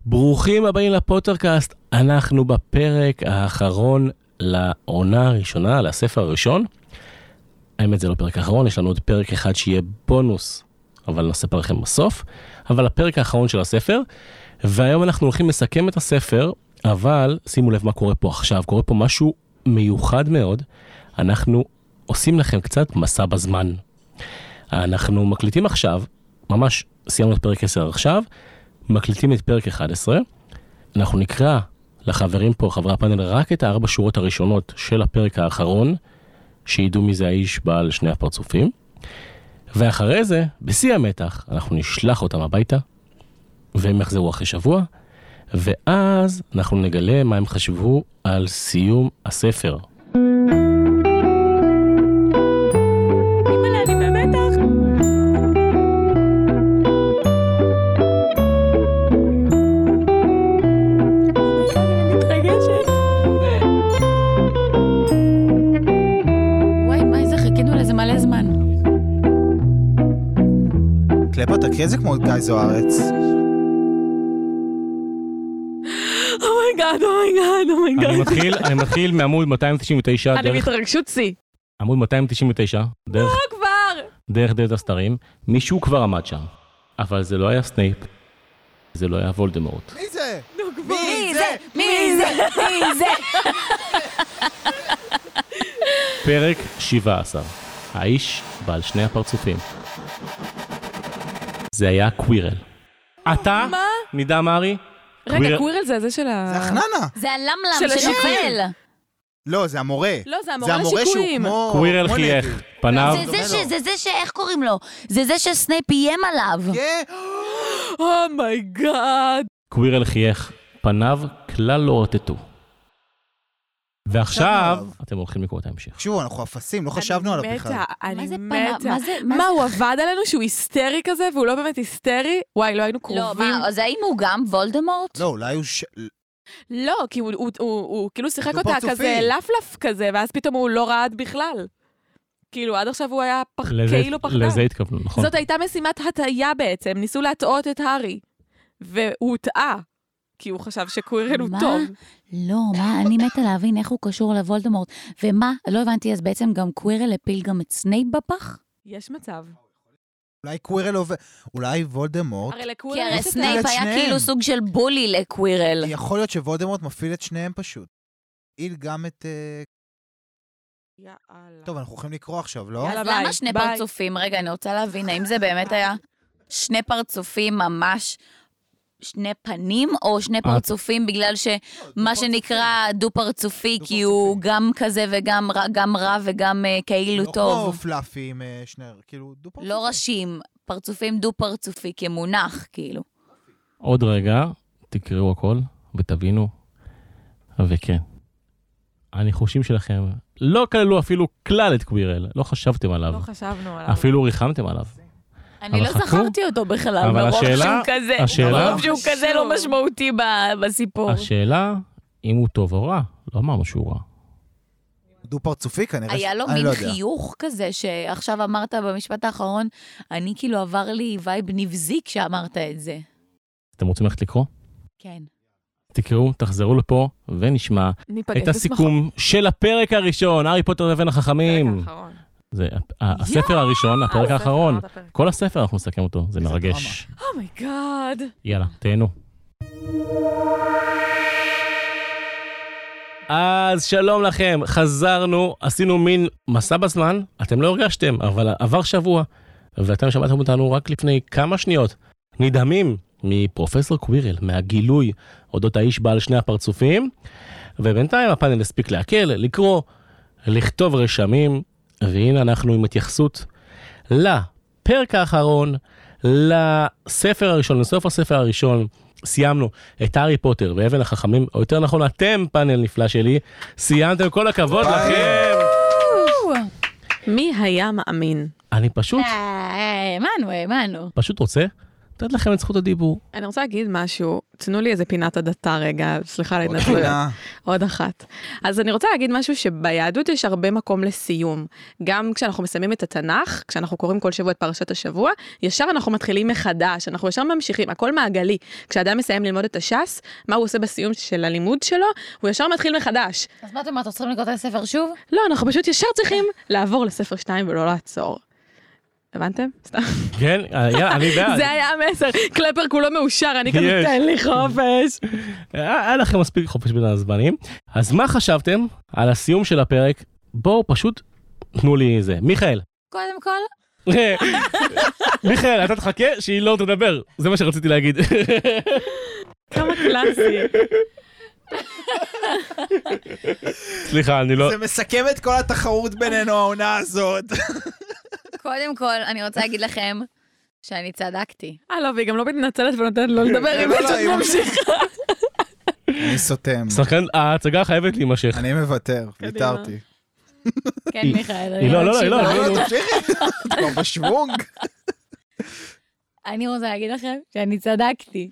ברוכים הבאים לפוטרקאסט, אנחנו בפרק האחרון לעונה הראשונה, לספר הראשון. האמת זה לא פרק האחרון, יש לנו עוד פרק אחד שיהיה בונוס, אבל נספר לכם בסוף. אבל הפרק האחרון של הספר, והיום אנחנו הולכים לסכם את הספר, אבל שימו לב מה קורה פה עכשיו, קורה פה משהו מיוחד מאוד. אנחנו עושים לכם קצת מסע בזמן. אנחנו מקליטים עכשיו, ממש סיימנו את פרק 10 עכשיו, מקליטים את פרק 11, אנחנו נקרא לחברים פה, חברי הפאנל, רק את 4 שורות הראשונות של הפרק האחרון, שידעו מי זה האיש בעל שני הפרצופים, ואחרי זה, בשיא המתח, אנחנו נשלח אותם הביתה, והם יחזרו אחרי שבוע, ואז אנחנו נגלה מה הם חשבו על סיום הספר. קלפה, תקריא זה כמו גיא זוארץ. אומייגאד. אני מתחיל מעמוד 299. אני מתרגשות סי. עמוד 299. לא כבר. דרך דלת הסתרים. מישהו כבר עמד שם. אבל זה לא היה סנייפ. זה לא היה וולדמורט. מי זה? מי זה? פרק 17. האיש בעל שני הפרצופים. זה היה קווירל. אתה? מה? נדע מארי? רגע, קווירל זה של ה... זה החננה. זה הלמלם של נופל. לא, זה המורה. לא, זה המורה לשיקויים. קווירל חייך, פניו. זה זה איך קוראים לו? זה שסנייפ איים עליו. כן. אומייגאד. קווירל חייך, פניו כלל לא רטטו. ועכשיו, אתם הולכים לקרוא את ההמשך. תקשיבו, אנחנו אפסים, לא חשבנו עליו בכלל. מה זה מתה. מה מה, הוא עבד עלינו שהוא היסטרי כזה, והוא לא באמת היסטרי? וואי, לא היינו לא, קרובים. מה, אז האם הוא גם וולדמורט? לא, אולי הוא... לא, כי הוא כאילו שיחק הוא אותה פרצופי. כזה לפלף כזה, ואז פתאום הוא לא רעד בכלל. כאילו, עד עכשיו הוא היה כאילו פחדן. לזה התכוונו, נכון. זאת הייתה משימת הטעיה בעצם, ניסו להטעות את הארי. והוא טעה, כי הוא חשב שקווירל הוא טוב. לא, מה, אני מתה להבין איך הוא קשור לוולדמורט. ומה, לא הבנתי, אז בעצם גם קווירל הפיל גם את סנייפ בפח? יש מצב. אולי קווירל עובד... אולי וולדמורט... הרי כי לקווירל הרי יש את סנייפ היה שניהם. כאילו סוג של בולי לקווירל. יכול להיות שוולדמורט מפעיל את שניהם פשוט. איל גם את... יאללה. טוב, אנחנו יכולים לקרוא עכשיו, לא? יאללה, אז ביי, למה שני ביי. פרצופים? רגע, אני רוצה להבין, האם זה באמת היה שני פרצופים ממש... שני פנים, או שני פרצופים בגלל שמה שנקרא דו-פרצופי, כי הוא גם כזה וגם רע וגם כאילו לא טוב. כמו פלאפי עם שני... כאילו, דו-פרצופי. לא ראשים, פרצופים דו-פרצופי כמונח, כאילו. עוד רגע, תקראו הכל ותבינו. וכן, הניחושים שלכם לא כללו אפילו כלל את קווירל, לא חשבתם עליו. לא חשבנו עליו. אפילו ריחמתם עליו. אני אבל לא חכו. זכרתי אותו בכלל, אבל מרוב השאלה- שהוא כזה, השאלה- מרוב שהוא כזה לא משמעותי בסיפור. השאלה, אם הוא טוב או רע, לא אמרנו שהוא רע. דו-פרצופי כנראה... היה לו אני מין לא יודע. חיוך כזה, שעכשיו אמרת במשפט האחרון, אני כאילו עבר לי וייב נבזי כשאמרת את זה. אתם רוצים ללכת לקרוא? כן. תקראו, תחזרו לפה ונשמע ניפגש את הסיכום של הפרק הראשון, הארי פוטר ואבן החכמים. בפרק האחרון. זה הספר הראשון, הפרק הספר, האחרון. אמרת פרק. כל הספר אנחנו נסכם אותו, זה מרגש. אומייגאד. יאללה, תהנו. אז שלום לכם, חזרנו, עשינו מין מסע בזמן, אתם לא הרגשתם, אבל עבר שבוע, ואתם שמעתם אותנו רק לפני כמה שניות, נדהמים מפרופסור קווירל, מהגילוי אודות האיש בעל שני הפרצופים, ובינתיים הפאנל הספיק להקל, לקרוא, לכתוב רשמים, והנה אנחנו עם התייחסות לפרק האחרון, לספר הראשון, לסוף הספר הראשון, סיימנו את הארי פוטר ואבן החכמים, או יותר נכון, אתם פאנל נפלא שלי, סיימתם, כל הכבוד לכם. מי היה מאמין? אני פשוט האמנו. פשוט רוצה לתת לכם את זכות הדיבור. אני רוצה להגיד משהו, תנו לי איזה פינת הדתה רגע, סליחה על ההתנצלויות. עוד אחת. אז אני רוצה להגיד משהו שביהדות יש הרבה מקום לסיום. גם כשאנחנו מסיימים את התנ"ך, כשאנחנו קוראים כל שבוע את פרשת השבוע, ישר אנחנו מתחילים מחדש, אנחנו ישר ממשיכים, הכל מעגלי. כשאדם מסיים ללמוד את הש"ס, מה הוא עושה בסיום של הלימוד שלו? הוא ישר מתחיל מחדש. אז מה אתם צריכים לקרוא את הספר שוב? לא, אנחנו פשוט ישר צריכים לעבור לספר 2 ולא לעצור. הבנתם? סתם. כן, אני בעד. זה היה המסר. קלפר כולו מאושר, אני כזה תן לי חופש. היה לכם מספיק חופש בין הזמנים. אז מה חשבתם על הסיום של הפרק? בואו פשוט תנו לי זה. מיכאל. קודם כל. מיכאל, אתה תחכה שהיא לא תדבר. זה מה שרציתי להגיד. כמה קלאסי. סליחה, אני לא... זה מסכם את כל התחרות בינינו, העונה הזאת. קודם כל, אני רוצה להגיד לכם שאני צדקתי. לא, והיא גם לא מתנצלת ונותנת לא לדבר, היא פשוט ממשיכה. אני סותם. שחקן, ההצגה חייבת להימשך. אני מוותר, ויתרתי. כן, מיכאל. לא, תמשיכי. כבר בשוונג. אני רוצה להגיד לכם שאני צדקתי.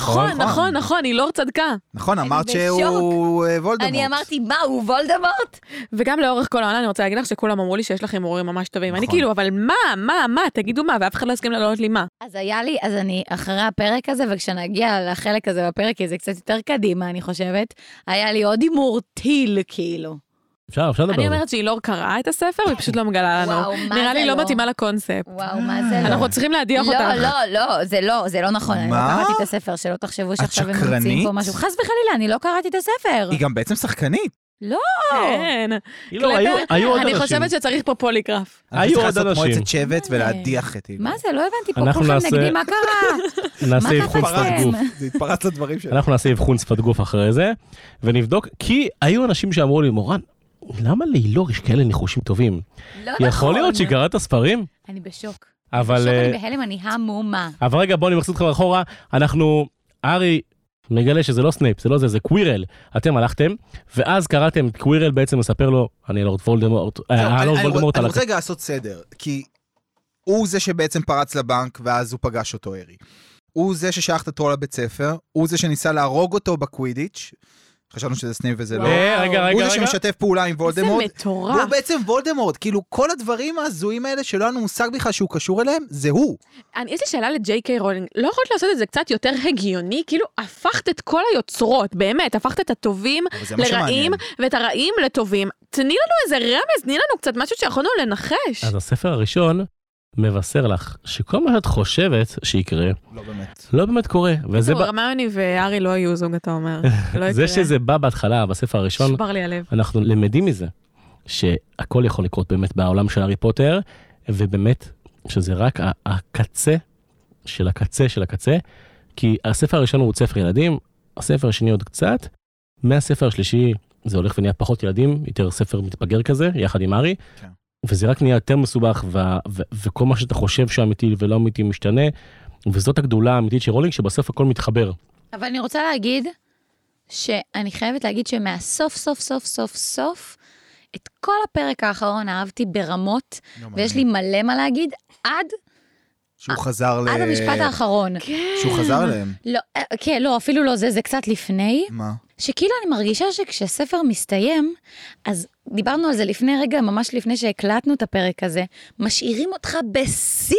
נכון, היא לא צדקה. נכון, אמרת שהוא וולדמורט. אני אמרתי, מה, הוא וולדמורט? וגם לאורך כל העונה אני רוצה להגיד לך שכולם אמרו לי שיש לכם הורים ממש טובים. אני כאילו, אבל מה, תגידו מה, ואף אחד לא הסכים לענות לי מה. אז אני אחרי הפרק הזה, וכשנגיע לחלק הזה בפרק, כי זה קצת יותר קדימה, אני חושבת, היה לי עוד הימור טיל, כאילו. אפשר לדבר. אני אומרת שהיא לא קראה את הספר, והיא פשוט לא מגלה לנו. נראה לי לא מתאימה לקונספט. וואו, מה זה לא? אנחנו צריכים להדיח אותך. זה לא נכון. אני לא קראתי את הספר, שלא תחשבו שעכשיו הם מוצאים פה משהו. חס וחלילה, אני לא קראתי את הספר. היא גם בעצם שחקנית. לא. כן. אני חושבת שצריך פה פוליגרף. היו עוד לעשות אנשים. מועצת שבט ולהדיח את מה זה? לא הבנתי פה כולכם נגדי, מה קרה? נעשה אבחון שפת גוף. זה התפרץ לדברים שלנו. אנחנו נעשה אבחון שפת גוף אחרי זה, ונבדוק, כי היו אנשים שאמרו לי, מורן, למה לאילור יש כאלה ניחושים טובים? לא נכון. יכול להיות שהיא קראת הספרים? אני בשוק. אבל... בשוק, אני בהלם, אני המומה. אבל רגע, בואו נמחזיר אתכם אחורה. ארי מגלה שזה לא סנייפ, זה לא זה קווירל. אתם הלכתם, ואז קראתם, קווירל בעצם מספר לו, אני לורד וולדמורט, אני רוצה רגע לעשות סדר, כי הוא זה שבעצם פרץ לבנק, ואז הוא פגש אותו, ארי. הוא זה ששלח את הטרול לבית ספר, הוא זה שניסה להרוג אותו בקווידיץ', חשבנו שזה סנייפ וזה לא. רגע. הוא זה שמשתף פעולה עם וולדמורט. זה מטורף. והוא בעצם וולדמורט. כאילו, כל הדברים ההזויים האלה שלא לנו מושג בכלל שהוא קשור אליהם, זה הוא. יש לי שאלה לג'יי קיי רולינג. לא יכולת לעשות את זה קצת יותר הגיוני? כאילו, הפכת את כל היוצרות, באמת. הפכת את הטובים לרעים, ואת הרעים לטובים. תני לנו איזה רמז, תני לנו קצת משהו שיכולנו לנחש. אז הספר הראשון מבשר לך שכל מה שאת חושבת שיקרה, לא באמת קורה. הרמיוני וארי לא היו זוג, אתה אומר. זה שזה בא בהתחלה, בספר הראשון, שבר לי הלב. אנחנו למדים מזה, שהכל יכול לקרות באמת בעולם של הארי פוטר, ובאמת שזה רק הקצה של הקצה של הקצה, כי הספר הראשון הוא ספר ילדים, הספר השני עוד קצת, מהספר השלישי זה הולך ונהיה פחות ילדים, יותר ספר מתבגר כזה, יחד עם הארי, וזה רק נהיה יותר מסובך, וכל מה שאתה חושב שאמיתי ולא אמיתי משתנה, וזאת הגדולה האמיתית של רולינג, שבסוף הכל מתחבר. אבל אני רוצה להגיד, שאני חייבת להגיד שמהסוף, סוף, את כל הפרק האחרון אהבתי ברמות, ויש לי מלא מה להגיד, עד שהוא חזר עד המשפט האחרון. שהוא חזר אליהם. לא, כן, לא, אפילו לא, זה קצת לפני. מה? שכאילו אני מרגישה שכשספר מסתיים, אז דיברנו על זה לפני רגע, ממש לפני שהקלטנו את הפרק הזה, משאירים אותך בשיא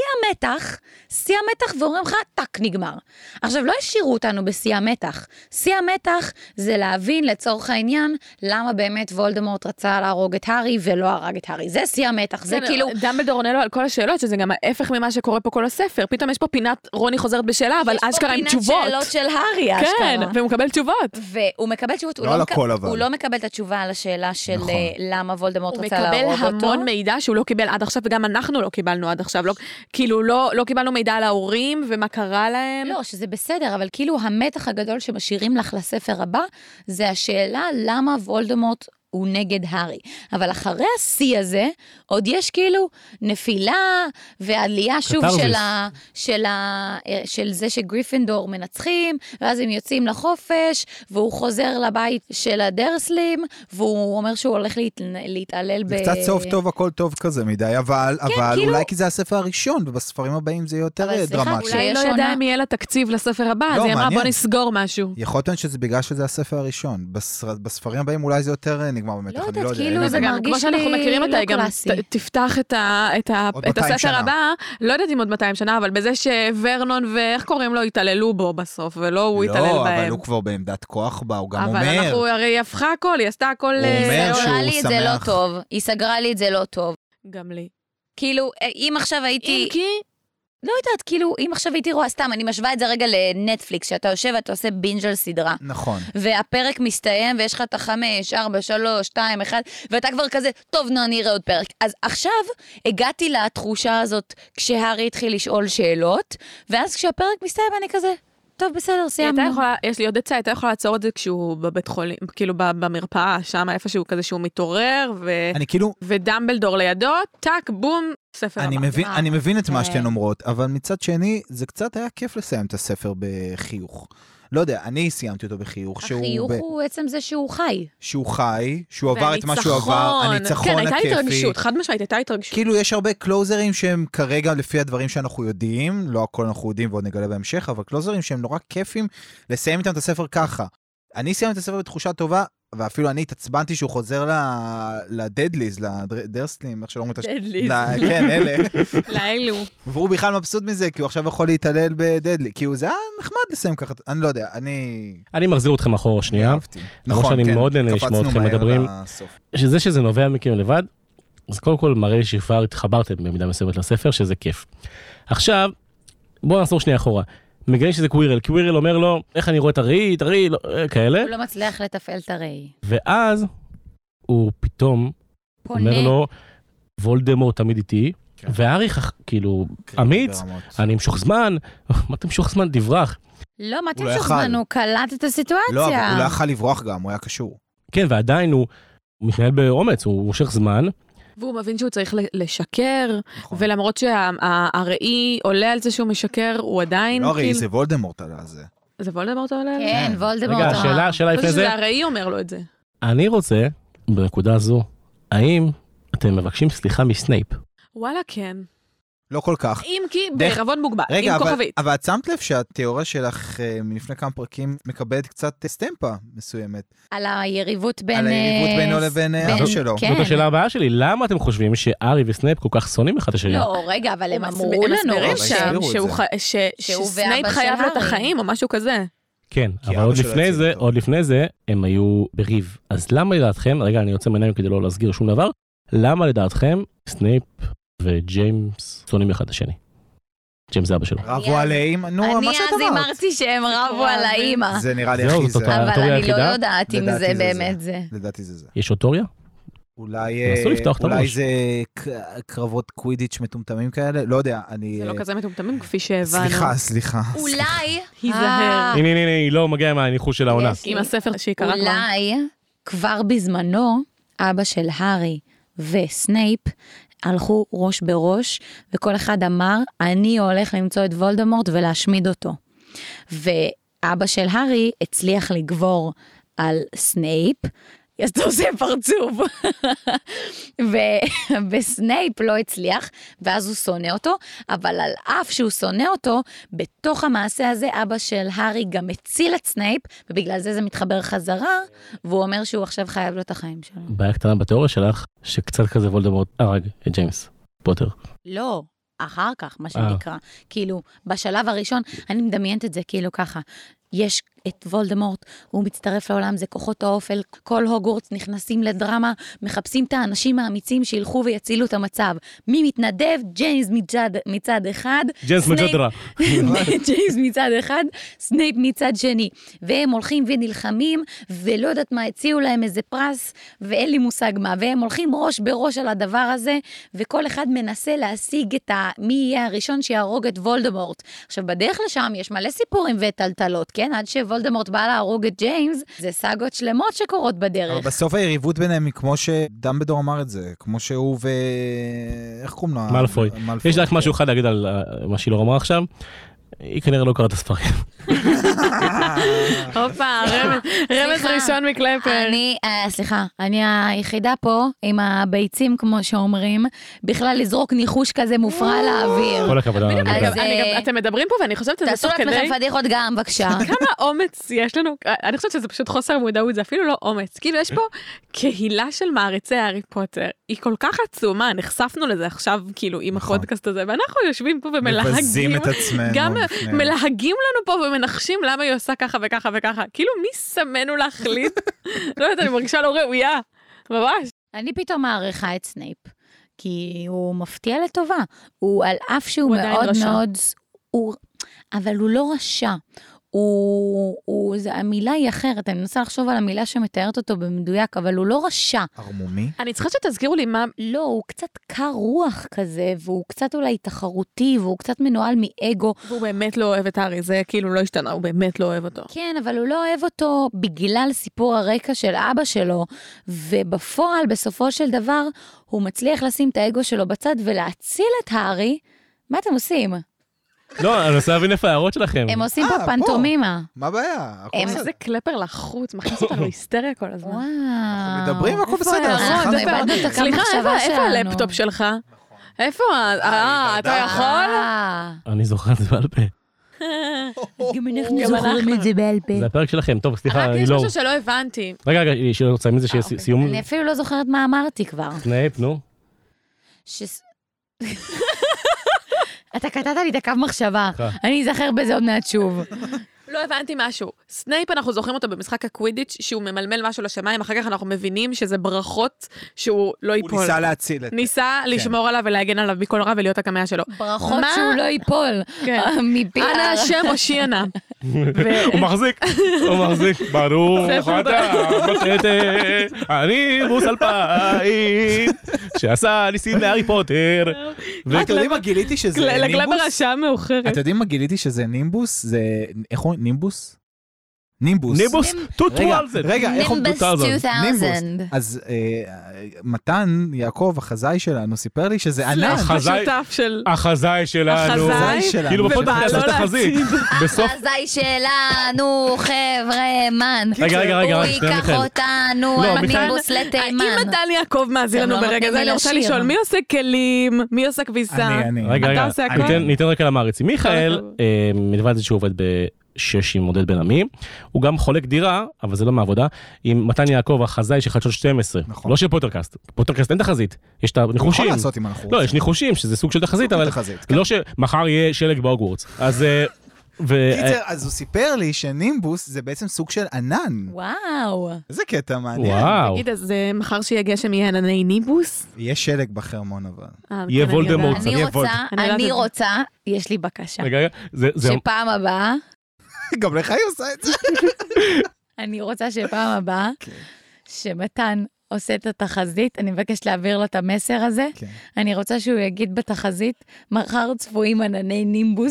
המתח, ואומרים לך, טק, נגמר. עכשיו, לא השאירו אותנו בשיא המתח. שיא המתח זה להבין לצורך העניין, למה באמת וולדמורט רצה להרוג את הארי, ולא הרג את הארי. זה שיא המתח, זה כאילו... דמבלדור עונה לו על כל השאלות, שזה גם ההפך ממה שקורה פה כל הספר. פתאום יש פה פינת רוני חוזרת בשאלה, אבל אשכרה עם תשובות. יש פה פינת שאלות של הארי, אשכרה. כן, והוא מקבל תשובות. והוא מקבל תשובות, הוא לא מקבל את התשובה על השאלה של למה וולדמורט רצה להרוג אותו. הוא מקבל המון מידע שהוא לא קיבל עד עכשיו, וגם אנחנו לא קיבלנו עד עכשיו. כאילו, לא קיבלנו מידע על ההורים ומה קרה להם. לא, שזה בסדר, אבל כאילו המתח הגדול שמשאירים לך לספר הבא, זה השאלה למה וולדמורט הוא נגד הארי. אבל אחרי השיא הזה, עוד יש כאילו נפילה, ועלייה שוב של זה שגריפינדור מנצחים, ואז הם יוצאים לחופש, והוא חוזר לבית של הדרסלים, והוא אומר שהוא הולך להתעלל זה קצת סוף טוב, הכל טוב כזה מדי, אבל אולי כי זה הספר הראשון, ובספרים הבאים זה יותר דרמטי. אולי לא ידע אם יהיה לה תקציב לספר הבא, אז היא אמרה בוא נסגור משהו. יכול להיות שזה בגלל שזה הספר הראשון. בספרים הבאים אולי זה יותר נגמר במתח, אני לא יודע. כאילו זה מרגיש לי לא קלאסי. תפתח את הספר הבא, לא יודעת אם עוד 200 שנה, אבל בזה שוורנון ואיך קוראים לו, התעללו בו בסוף, ולא הוא התעלל בהם. לא, אבל הוא כבר בעמדת כוח בה, הוא גם אומר. אבל אנחנו הרי הפכה הכל, היא עשתה הכל... היא סגרה לי את זה לא טוב. גם לי. כאילו, אם עכשיו הייתי... לא יודעת, כאילו, אם עכשיו הייתי רואה, סתם, אני משווה את זה רגע לנטפליקס, שאתה יושב ואתה עושה בינג' על סדרה. נכון. והפרק מסתיים, ויש לך את 5, 4, 3, 2, 1, ואתה כבר כזה, טוב, אני אראה עוד פרק. אז עכשיו הגעתי לתחושה הזאת, כשהארי התחיל לשאול שאלות, ואז כשהפרק מסתיים, אני כזה... טוב, בסדר, סיימנו. יש לי עוד עצה, הייתה יכולה לעצור את זה כשהוא בבית חולים, כאילו במרפאה, שם איפשהו כזה שהוא מתעורר, ודמבלדור לידו, טק, בום, ספר הבא. אני מבין את מה שאתן אומרות, אבל מצד שני, זה קצת היה כיף לסיים את הספר בחיוך. לא יודע, אני סיימתי אותו בחיוך. החיוך הוא בעצם זה שהוא חי. שהוא חי, שהוא עבר את מה שהוא עבר, הניצחון הכיפי. כן, הייתה התרגשות, חד משמעית, הייתה התרגשות. כאילו יש הרבה קלוזרים שהם כרגע לפי הדברים שאנחנו יודעים, לא הכל אנחנו יודעים ועוד נגלה בהמשך, אבל קלוזרים שהם נורא כיפים לסיים איתם את הספר ככה. אני סיימתי את הספר בתחושה טובה, ואפילו אני התעצבנתי שהוא חוזר לדדליז, לדרסלים, איך שלא אומרים את דדליז. כן, אלה. לאלו. והוא בכלל מבסוט מזה, כי הוא עכשיו יכול להתעלל בדדלי. כי זה היה נחמד לסיים ככה, אני לא יודע, אני מחזיר אתכם אחורה שנייה. נכון, שאני מאוד נהנה לשמוע אתכם מדברים. שזה נובע מכם לבד, אז קודם כל מראה לי שכבר התחברתם במידה מסוימת לספר, שזה כיף. עכשיו, בואו נחזור שנייה אחורה. מגלה שזה קווירל, קווירל אומר לו, איך אני רואה את הראי, כאלה. הוא לא מצליח לתפעל את הראי. ואז הוא פתאום אומר לו, וולדמורט תמיד איתי, והארי כאילו, אמיץ, אני אמשוך זמן, מה אתה אמשוך זמן? תברח. לא, מה אתה אמשוך זמן? הוא קלט את הסיטואציה. לא, אבל הוא לא יכול לברוח גם, הוא היה קשור. כן, ועדיין הוא מתנהל באומץ, הוא מושך זמן, והוא מבין שהוא צריך לשקר, ולמרות שהראי עולה על זה שהוא משקר, הוא עדיין... לא הראי, זה וולדמורט על זה. זה וולדמורט עולה על זה? כן, וולדמורט. רגע, שאלה לפני זה. הראי אומר לו את זה. אני רוצה, בנקודה הזו, האם אתם מבקשים סליחה מסנייפ? וואלה, כן. לא כל כך. אם כי בערבון מוגבל, עם כוכבית. אבל את שמת לב שהתיאוריה שלך מלפני כמה פרקים מקבלת קצת סטמפה מסוימת. על היריבות בין... על היריבות בינו לבין אבא שלו. זאת השאלה הבאה שלי, למה אתם חושבים שארי וסנייפ כל כך שונאים אחד השני? לא, רגע, אבל הם אמרו לנו שסנייפ חייב לו את החיים או משהו כזה. כן, אבל עוד לפני זה הם היו בריב. אז למה לדעתכם, רגע, אני יוצא מעיניים כדי לא להסגיר שום דבר, למה לדעתכם סנייפ וג'יימס שונאים אחד השני? ג'יימס זה אבא שלו. רבו על האמא, נו, מה שאת אמרת. אני אז אמרתי שהם רבו על האמא. זה נראה לי הכי זה. אבל אני לא יודעת אם זה באמת זה. לדעתי זה. יש עוד תיאוריה? אולי זה קרבות קווידיץ' מטומטמים כאלה, לא יודע, אני... זה לא כזה מטומטמים כפי שהבנו. סליחה. אולי... היזהר. הנה, היא לא מגיעה מהניחוש של העונה. עם הספר שהיא קראה כבר. אולי כבר בזמנו, אבא של הארי וסנייפ הלכו ראש בראש, וכל אחד אמר, אני הולך למצוא את וולדמורט ולהשמיד אותו. ואבא של הארי הצליח לגבור על סנייפ, אז אתה עושה פרצוף. וסנייפ לא הצליח, ואז הוא שונא אותו, אבל על אף שהוא שונא אותו, בתוך המעשה הזה אבא של הארי גם הציל את סנייפ, ובגלל זה מתחבר חזרה, והוא אומר שהוא עכשיו חייב לו את החיים שלו. בעיה קטנה בתיאוריה שלך, שקצת כזה וולדמורט הרג את ג'יימס פוטר. לא. אחר כך, מה שנקרא. כאילו, בשלב הראשון, אני מדמיינת את זה כאילו ככה. יש את וולדמורט, הוא מצטרף לעולם, זה כוחות האופל, כל הוגוורטס נכנסים לדרמה, מחפשים את האנשים האמיצים שילכו ויצילו את המצב. מי מתנדב? ג'יימס מצד אחד, ג'יימס מצד ג'יימס מצד אחד, סנייפ מצד שני. והם הולכים ונלחמים, ולא יודעת מה, הציעו להם איזה פרס, ואין לי מושג מה, והם הולכים ראש בראש על הדבר הזה, וכל אחד מנסה להשיג את מי יהיה הראשון שיהרוג את וולדמורט. עכשיו, בדרך לשם יש מלא סיפורים וטלטלות, כן? עד וולדמורט בא להרוג את ג'יימס, זה סאגות שלמות שקורות בדרך. בסוף היריבות ביניהם היא כמו שדמבלדור אמר את זה, כמו שהוא איך קוראים לה? מאלפוי. יש רק משהו אחד להגיד על מה שהיא לא אמרה עכשיו, היא כנראה לא קראת הספרים. הופה, רמז ראשון מקלפר. סליחה, אני היחידה פה עם הביצים, כמו שאומרים, בכלל לזרוק ניחוש כזה מופרע לאוויר. כל הכבוד. אתם מדברים פה ואני חושבת שזה תעשו לעצמכם פדיחות גם, בבקשה. כמה אומץ יש לנו, אני חושבת שזה פשוט חוסר מודעות, זה אפילו לא אומץ. כאילו יש פה קהילה של מעריצי הארי פוטר, היא כל כך עצומה, נחשפנו לזה עכשיו כאילו עם הפודקאסט הזה, ואנחנו יושבים פה ומלהגים, גם מלהגים לנו פה ומנחשים למה היא עושה ככה וככה וככה. כאילו מי שמנו להחליט? לא יודעת, אני מרגישה לא ראויה. ממש. אני פתאום מעריכה את סנייפ, כי הוא מפתיע לטובה. הוא על אף שהוא מאוד מאוד... אבל הוא לא רשע. המילה היא אחרת, אני מנסה לחשוב על המילה שמתארת אותו במדויק, אבל הוא לא רשע. ערמומי? אני צריכה שתזכירו לי מה... לא, הוא קצת קר רוח כזה, והוא קצת אולי תחרותי, והוא קצת מנוהל מאגו. והוא באמת לא אוהב את הארי, זה כאילו לא השתנה, הוא באמת לא אוהב אותו. כן, אבל הוא לא אוהב אותו בגלל סיפור הרקע של אבא שלו, ובפועל, בסופו של דבר, הוא מצליח לשים את האגו שלו בצד ולהציל את הארי. מה אתם עושים? לא, אני רוצה להבין איפה ההערות שלכם. הם עושים פה פנטומימה. מה הבעיה? איזה קלפר לחוץ, מכניס אותנו היסטריה כל הזמן. אנחנו מדברים, הכל בסדר. סליחה, איפה הלפטופ שלך? איפה? אתה יכול? אני זוכר את זה בעל פה. גם אנחנו זוכרים את זה בעל פה. זה הפרק שלכם, טוב, סליחה, רק יש משהו שלא הבנתי. רגע, שלא רוצה עם זה שיהיה סיום. אני אפילו לא זוכרת מה אמרתי כבר. סנייפ, נו. אתה קטעת לי את הקו מחשבה. אני אזכר בזה עוד מעט שוב. לא הבנתי משהו. סנייפ, אנחנו זוכרים אותו במשחק הקווידיץ' שהוא ממלמל משהו לשמיים, אחר כך אנחנו מבינים שזה ברכות שהוא לא ייפול. הוא ניסה להציל את זה. ניסה לשמור עליו ולהגן עליו מכל רע ולהיות הקמע שלו. ברכות שהוא לא ייפול. אנא השם הושיע נא. הוא מחזיק, ברוך אתה בתתה, אני רוס אלפיים, שעשה ניסים להארי פוטר. אתם יודעים מה גיליתי שזה נימבוס? לגלבר השעה מאוחרת. אתם יודעים מה גיליתי שזה נימבוס? זה, איך הוא? נימבוס? נימבוס. נימבוס 2000. רגע, איך הוא? נימבוס 2000. אז מתן יעקב, החזאי שלנו, סיפר לי שזה ענן. החזאי שלנו. כאילו בפודקאסט יש תחזית. החזאי שלנו, חבר'ה, מן. רגע. הוא ייקח אותנו, נימבוס לתימן. אם מתן יעקב מאזין לנו ברגע זה, אני רוצה לשאול, מי עושה כלים? מי עושה כביסה? רגע, ניתן רק על המעריצים. מיכאל, מלבד זה שהוא עובד ב6 עם מודד בן עמי, הוא גם חולק דירה, אבל זה לא מעבודה, עם מתן יעקב, החזאי של חדשות 12, לא של פוטרקאסט. פוטרקאסט אין תחזית, יש את הניחושים. לא, יש ניחושים, שזה סוג של תחזית, אבל לא שמחר יהיה שלג בהוגוורטס. אז הוא סיפר לי שנימבוס זה בעצם סוג של ענן. וואו. איזה קטע מעניין. תגיד, אז מחר שיהיה גשם יהיה ענני נימבוס? יהיה שלג בחרמון אבל. יהיה וולדמורט. אני רוצה, יש לי בקשה. שפעם הבאה, גם לך היא עושה את זה. אני רוצה שפעם הבאה, שמתן עושה את התחזית, אני מבקש להעביר לו את המסר הזה, אני רוצה שהוא יגיד בתחזית, מחר צפויים ענני נימבוס,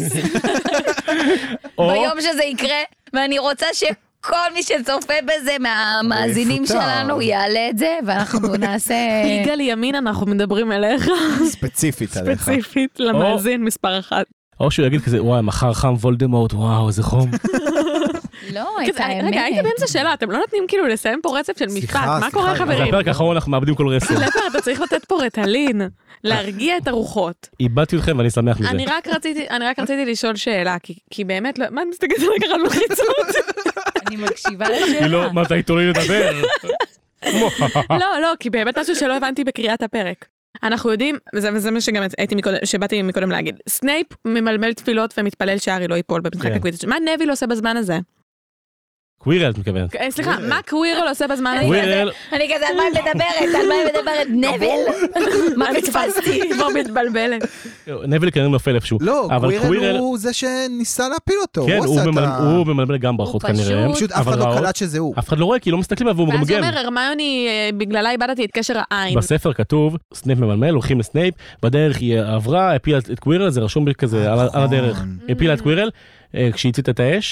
ביום שזה יקרה, ואני רוצה שכל מי שצופה בזה מהמאזינים שלנו יעלה את זה, ואנחנו נעשה... יגאל ימין, אנחנו מדברים אליך. ספציפית עליך. ספציפית למאזין מספר 1. או שהוא יגיד כזה, וואי, מחר חם וולדמורט, וואו, איזה חום. לא, את האמת. רגע, הייתי באמצע שאלה, אתם לא נותנים כאילו לסיים פה רצף של משפט, מה קורה חברים? בפרק האחרון אנחנו מאבדים כל רצף. לפר, אתה צריך לתת פה רטלין, להרגיע את הרוחות. איבדתי אתכם ואני שמח מזה. אני רק רציתי לשאול שאלה, כי באמת, מה את מסתכלת על ככה מלחיצות? אני מקשיבה לשאלה. היא לא, מה תהיי תולי לדבר? לא, כי באמת משהו שלא הבנתי בקריאת הפרק. אנחנו יודעים, וזה מה שגם שבאתי מקודם להגיד, סנייפ ממלמל תפילות ומתפלל שהארי לא ייפול במשחק הקווידיץ'. מה נביל עושה בזמן הזה? קווירל, את מתכוונת. סליחה, מה קווירל עושה בזמן הזה? אני כזה, על מה מדברת? נביל? מה פספסתי? כבר מתבלבלת. נביל כנראה נופל איפשהו. לא, קווירל הוא זה שניסה להפיל אותו. כן, הוא ממלמל גם ברכות כנראה. פשוט אף אחד לא קלט שזה הוא. אף אחד לא רואה, כי לא מסתכלים עליו והוא מגמגם. ואז הוא אומר, הרמיוני, בגללה איבדתי את קשר העין. בספר כתוב, סנייפ ממלמל, הולכים לסנייפ, בדרך היא עברה, הפילה את קווירל, זה רשום כזה על הדרך. הפילה את קווירל, כשהיא הציתה את האש,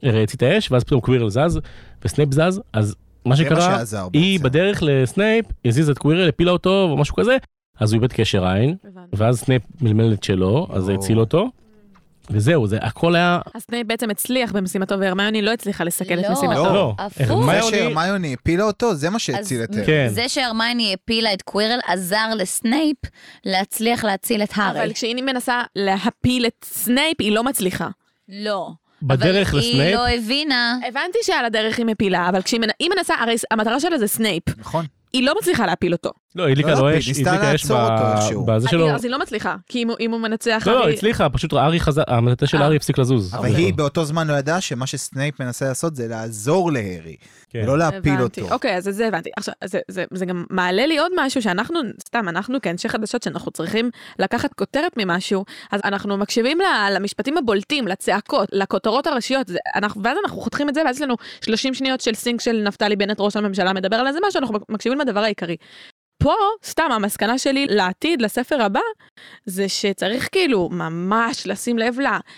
הצית את האש, ואז פתאום קווירל זז, וסנייפ זז, אז מה שקרה, היא בדרך לסנייפ, הזיזה את קווירל, הפילה אותו, או משהו כזה, אז הוא איבד קשר עין, ואז סנייפ מלמל את שלו, אז זה הציל אותו, וזהו, זה הכל היה... אז סנייפ בעצם הצליח במשימתו, והרמיוני לא הצליחה לסכל את משימתו. לא, הפוך. זה שהרמיוני הפילה אותו, זה מה שהציל את הארי. זה שהרמיוני הפילה את קווירל, עזר לסנייפ להצליח להציל את הארי. אבל כשהיא מנסה להפיל את סנייפ, היא לא מצליחה. לא. בדרך אבל לסנייפ... היא לא הבינה. הבנתי שעל הדרך היא מפילה, אבל כשהיא מנסה, הרי המטרה שלה זה סנייפ. נכון. היא לא מצליחה להפיל אותו. לא, היא הדליקה לו אש, היא הדליקה אש בזה שלו. אז היא לא מצליחה, כי אם הוא מנצח... לא, היא הצליחה, פשוט המטה של הארי הפסיק לזוז. אבל היא באותו זמן לא ידעה שמה שסנייפ מנסה לעשות זה לעזור להארי, ולא להפיל אותו. אוקיי, אז זה הבנתי. עכשיו, זה גם מעלה לי עוד משהו שאנחנו, סתם, אנחנו כאנשי חדשות שאנחנו צריכים לקחת כותרת ממשהו, אז אנחנו מקשיבים למשפטים הבולטים, לצעקות, לכותרות הראשיות, ואז אנחנו חותכים את זה, ואז יש לנו 30 שניות של סינק של נפתלי בנט ראש הממשלה מדבר על זה משהו, אנחנו מקשיבים לדבר העיקרי. פה, סתם, המסקנה שלי לעתיד, לספר הבא, זה שצריך כאילו ממש לשים לב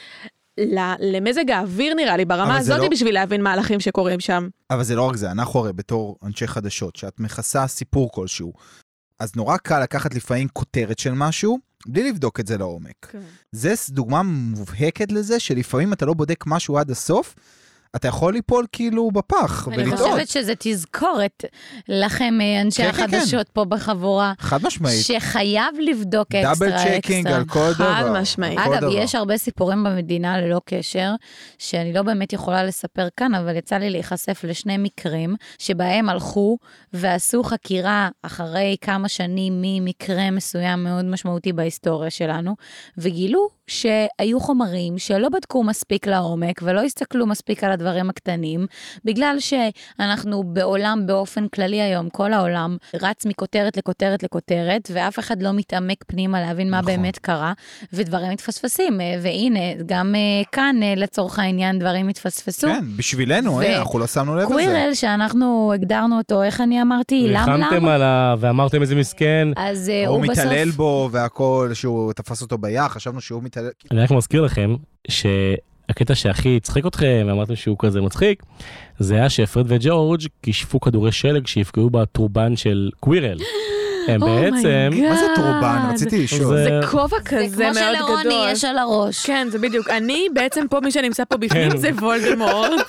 למזג האוויר נראה לי, ברמה הזאת לא... בשביל להבין מהלכים שקורים שם. אבל זה לא רק זה, אנחנו הרי בתור אנשי חדשות, שאת מכסה סיפור כלשהו, אז נורא קל לקחת לפעמים כותרת של משהו, בלי לבדוק את זה לעומק. כן. זה דוגמה מובהקת לזה, שלפעמים אתה לא בודק משהו עד הסוף, אתה יכול ליפול כאילו בפח ולטעות. אני חושבת שזה תזכורת לכם, אנשי החדשות פה בחבורה. חד משמעית. שחייב לבדוק אקסטרה. דאבל צ'קינג על כל דבר. חד משמעית. אגב, יש הרבה סיפורים במדינה ללא קשר, שאני לא באמת יכולה לספר כאן, אבל יצא לי להיחשף לשני מקרים, שבהם הלכו ועשו חקירה אחרי כמה שנים ממקרה מסוים מאוד משמעותי בהיסטוריה שלנו, וגילו שהיו חומרים שלא בדקו מספיק לעומק, ולא הסתכלו מספיק על הדברים הקטנים, בגלל שאנחנו בעולם באופן כללי היום, כל העולם רץ מכותרת לכותרת לכותרת, ואף אחד לא מתעמק פנימה להבין מה באמת קרה, ודברים מתפספסים, והנה, גם כאן לצורך העניין דברים מתפספסו. כן, בשבילנו, אנחנו לא שמנו לב לזה. קווירל שאנחנו הגדרנו אותו, איך אני אמרתי, לחמתם עליו, ואמרתם איזה מסכן. אז הוא מתעלל בו, והכל, שהוא תפס אותו ביח, חשבנו שהוא מתעלל. אני רק מזכיר לכם, הקטע שהכי הצחיק אתכם, ואמרתם שהוא כזה מצחיק, זה היה שפרד וג'ורג' כישפו כדורי שלג שיפגעו בטורבן של קווירל. הם בעצם... מה זה טורבן? רציתי לשאול. זה כובע כזה מאוד גדול. זה כמו שלרוני יש על הראש. כן, זה בדיוק. אני בעצם פה, מי שנמצא פה בפנים זה וולדמורט.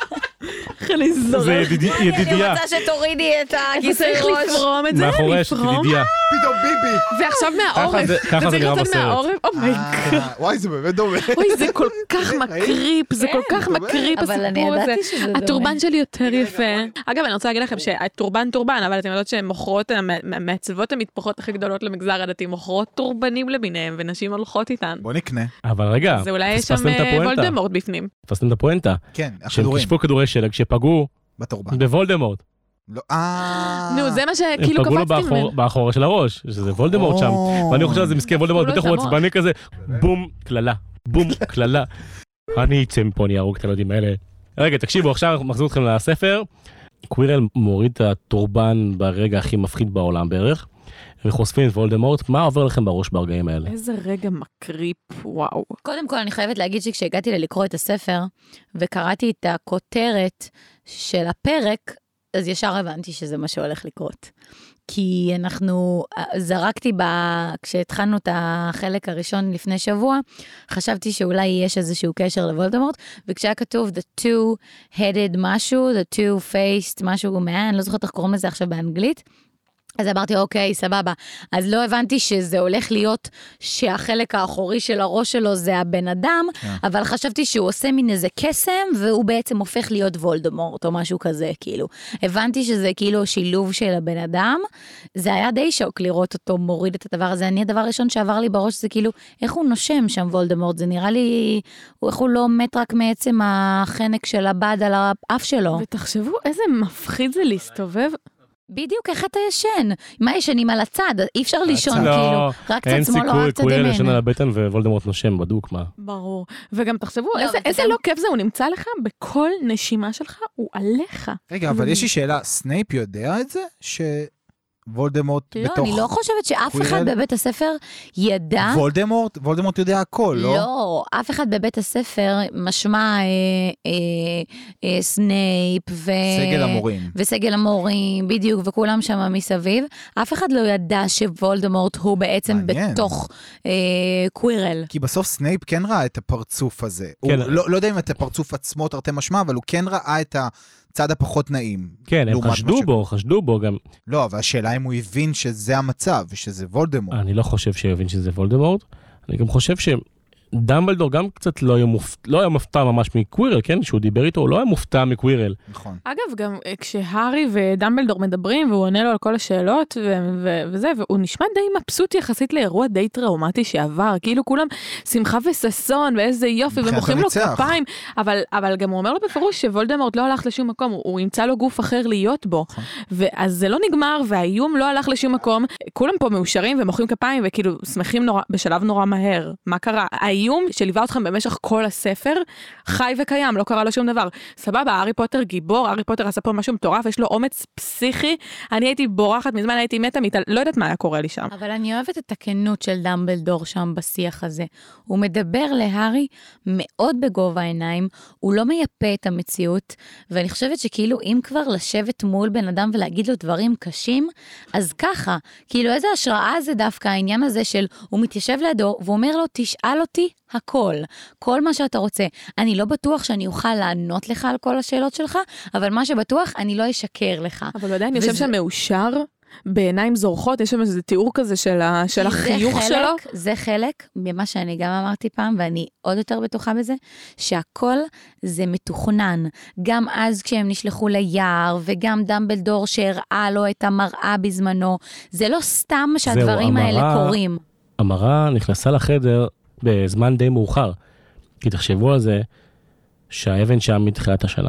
חלי זורק. זה ידידיה. אני רוצה שתורידי את הכיסוי צריך ראש. לפרום את זה, מאחורי יש ידידיה. פתאום ביבי. ועכשיו מהעורף. ככה זה נראה בסרט. אומייגאד. וואי, זה באמת דומה. אוי, זה כל כך מקריפ, זה כל כך מקריפ הסיפור הזה. הטורבן שלי יותר יפה. אגב, אני רוצה להגיד לכם שהטורבן, אבל אתם יודעות שהן מוכרות, מעצבות המטפחות הכי גדולות למגזר הדתי, מוכרות טורבנים לביניהם, ונשים הולכות איתן. בוא נקנה. אבל רגע, אז אולי יש שם וולדמורט בפנים. תפסתם את הפואנטה. כן, שהם כישפו כדורי שלג שפגעו בוולדמורט. נו, זה מה שכאילו פגעו לו קפצתי ממנו. באחורה של הראש, שזה וולדמורט שם. ואני חושב שזה מסכן וולדמורט, בטח הוא עצבני כזה, בום, כללה, בום, כללה. אני אצא מפה, אני ארוג את הילדים האלה. רגע, תקשיבו, עכשיו מחזיר אתכם לספר. קווירל מוריד את הטורבן ברגע הכי מפחיד בעולם בערך, וחושפים את וולדמורט. מה עובר לכם בראש ברגעים האלה? איזה רגע מקריפ, וואו. קודם כל, אני חייבת להגיד שכשהגעתי לקרוא את הספר, וקראתי את הכותרת של הפרק, אז ישר הבנתי שזה מה שהולך לקרות. כי זרקתי כשהתחלנו את החלק הראשון לפני שבוע, חשבתי שאולי יש איזשהו קשר לוולדמורט, וכשהיה כתוב the two-headed משהו, the two-faced משהו, אני לא זוכרת איך קוראים לזה עכשיו באנגלית, אז אמרתי, אוקיי, סבבה. אז לא הבנתי שזה הולך להיות שהחלק האחורי של הראש שלו זה הבן אדם, אבל חשבתי שהוא עושה מין איזה קסם, והוא בעצם הופך להיות וולדמורט או משהו כזה, כאילו. הבנתי שזה כאילו שילוב של הבן אדם, זה היה די שוק לראות אותו מוריד את הדבר הזה. הדבר הראשון שעבר לי בראש זה כאילו, איך הוא נושם שם וולדמורט, זה נראה לי, איך הוא לא מת רק מעצם החנק של הבד על האף שלו. ותחשבו איזה מפחיד זה להסתובב. בדיוק, איך אתה ישן? מה ישנים על הצד? אי אפשר לישון, כאילו, רק צד שמאל או רק צד ימין. קווירל ישן על הבטן ווולדמורט נושם בדוק, מה? ברור. וגם תחשבו, איזה לא כיף זה, הוא נמצא לך, בכל נשימה שלך, הוא עליך. רגע, אבל יש לי שאלה, סנייפ יודע את זה? וולדמורט לא, בתוך... אני לא חושבת שאף אחד בבית הספר ידע... וולדמורט יודע הכל, לא? לא, אף אחד בבית הספר משמע סנייפ סגל המורים. וסגל המורים, בדיוק, וכולם שם מסביב. אף אחד לא ידע שוולדמורט הוא בעצם בתוך קווירל. כי בסוף סנייפ כן ראה את הפרצוף הזה. כן. הוא לא יודע אם את הפרצוף עצמו תרתי משמע, אבל הוא כן ראה את הצד הפחות נעים. כן, הם חשדו בו גם. לא, אבל השאלה אם הוא הבין שזה המצב, ושזה וולדמורט. אני לא חושב שהוא הבין שזה וולדמורט. אני גם חושב דמבלדור גם קצת לא היה מופתע ממש מקווירל, כן? שהוא דיבר איתו, הוא לא היה מופתע מקווירל. נכון. אגב, גם כשהארי ודמבלדור מדברים, והוא עונה לו על כל השאלות, וזה, והוא נשמע די מבסוט יחסית לאירוע די טראומטי שעבר, כאילו כולם שמחה וססון, ואיזה יופי, ומוחאים לו כפיים, אבל גם הוא אומר לו בפירוש שוולדמורט לא הלך לשום מקום, הוא ימצא לו גוף אחר להיות בו. ואז זה לא נגמר, והאיום לא הלך לשום מקום, כולם פה מאושרים ומוחאים כפיים, וכאילו שמחים בשלב נורא מהר. מה קרה? האיום שליווה אתכם במשך כל הספר, חי וקיים, לא קרה לו שום דבר. סבבה, הארי פוטר גיבור, הארי פוטר עשה פה משהו מטורף, יש לו אומץ פסיכי, אני הייתי בורחת, מזמן הייתי מתה, לא יודעת מה היה קורה לי שם. אבל אני אוהבת את הכנות של דמבלדור שם בשיח הזה. הוא מדבר להארי מאוד בגובה העיניים, הוא לא מייפה את המציאות, ואני חושבת שכאילו אם כבר לשבת מול בן אדם ולהגיד לו דברים קשים, אז ככה, כאילו איזה השראה זה דווקא העניין הזה של, הוא מתיישב לידו, והוא אומר לו, תשאל אותי הכל, כל מה שאתה רוצה. אני לא בטוח שאני אוכל לענות לך על כל השאלות שלך, אבל מה שבטוח, אני לא אשקר לך. אבל עדיין יושב שם מאושר, בעיניים זורחות, יש שם איזה תיאור כזה של החיוך שלו. זה חלק ממה שאני גם אמרתי פעם, ואני עוד יותר בטוחה בזה, שהכל זה מתוכנן. גם אז כשהם נשלחו ליער, וגם דמבלדור שהראה לו את המראה בזמנו, זה לא סתם שהדברים האלה קורים. המראה נכנסה לחדר בזמן די מאוחר, כי תחשבו על זה שהאבן שם מתחילת השנה.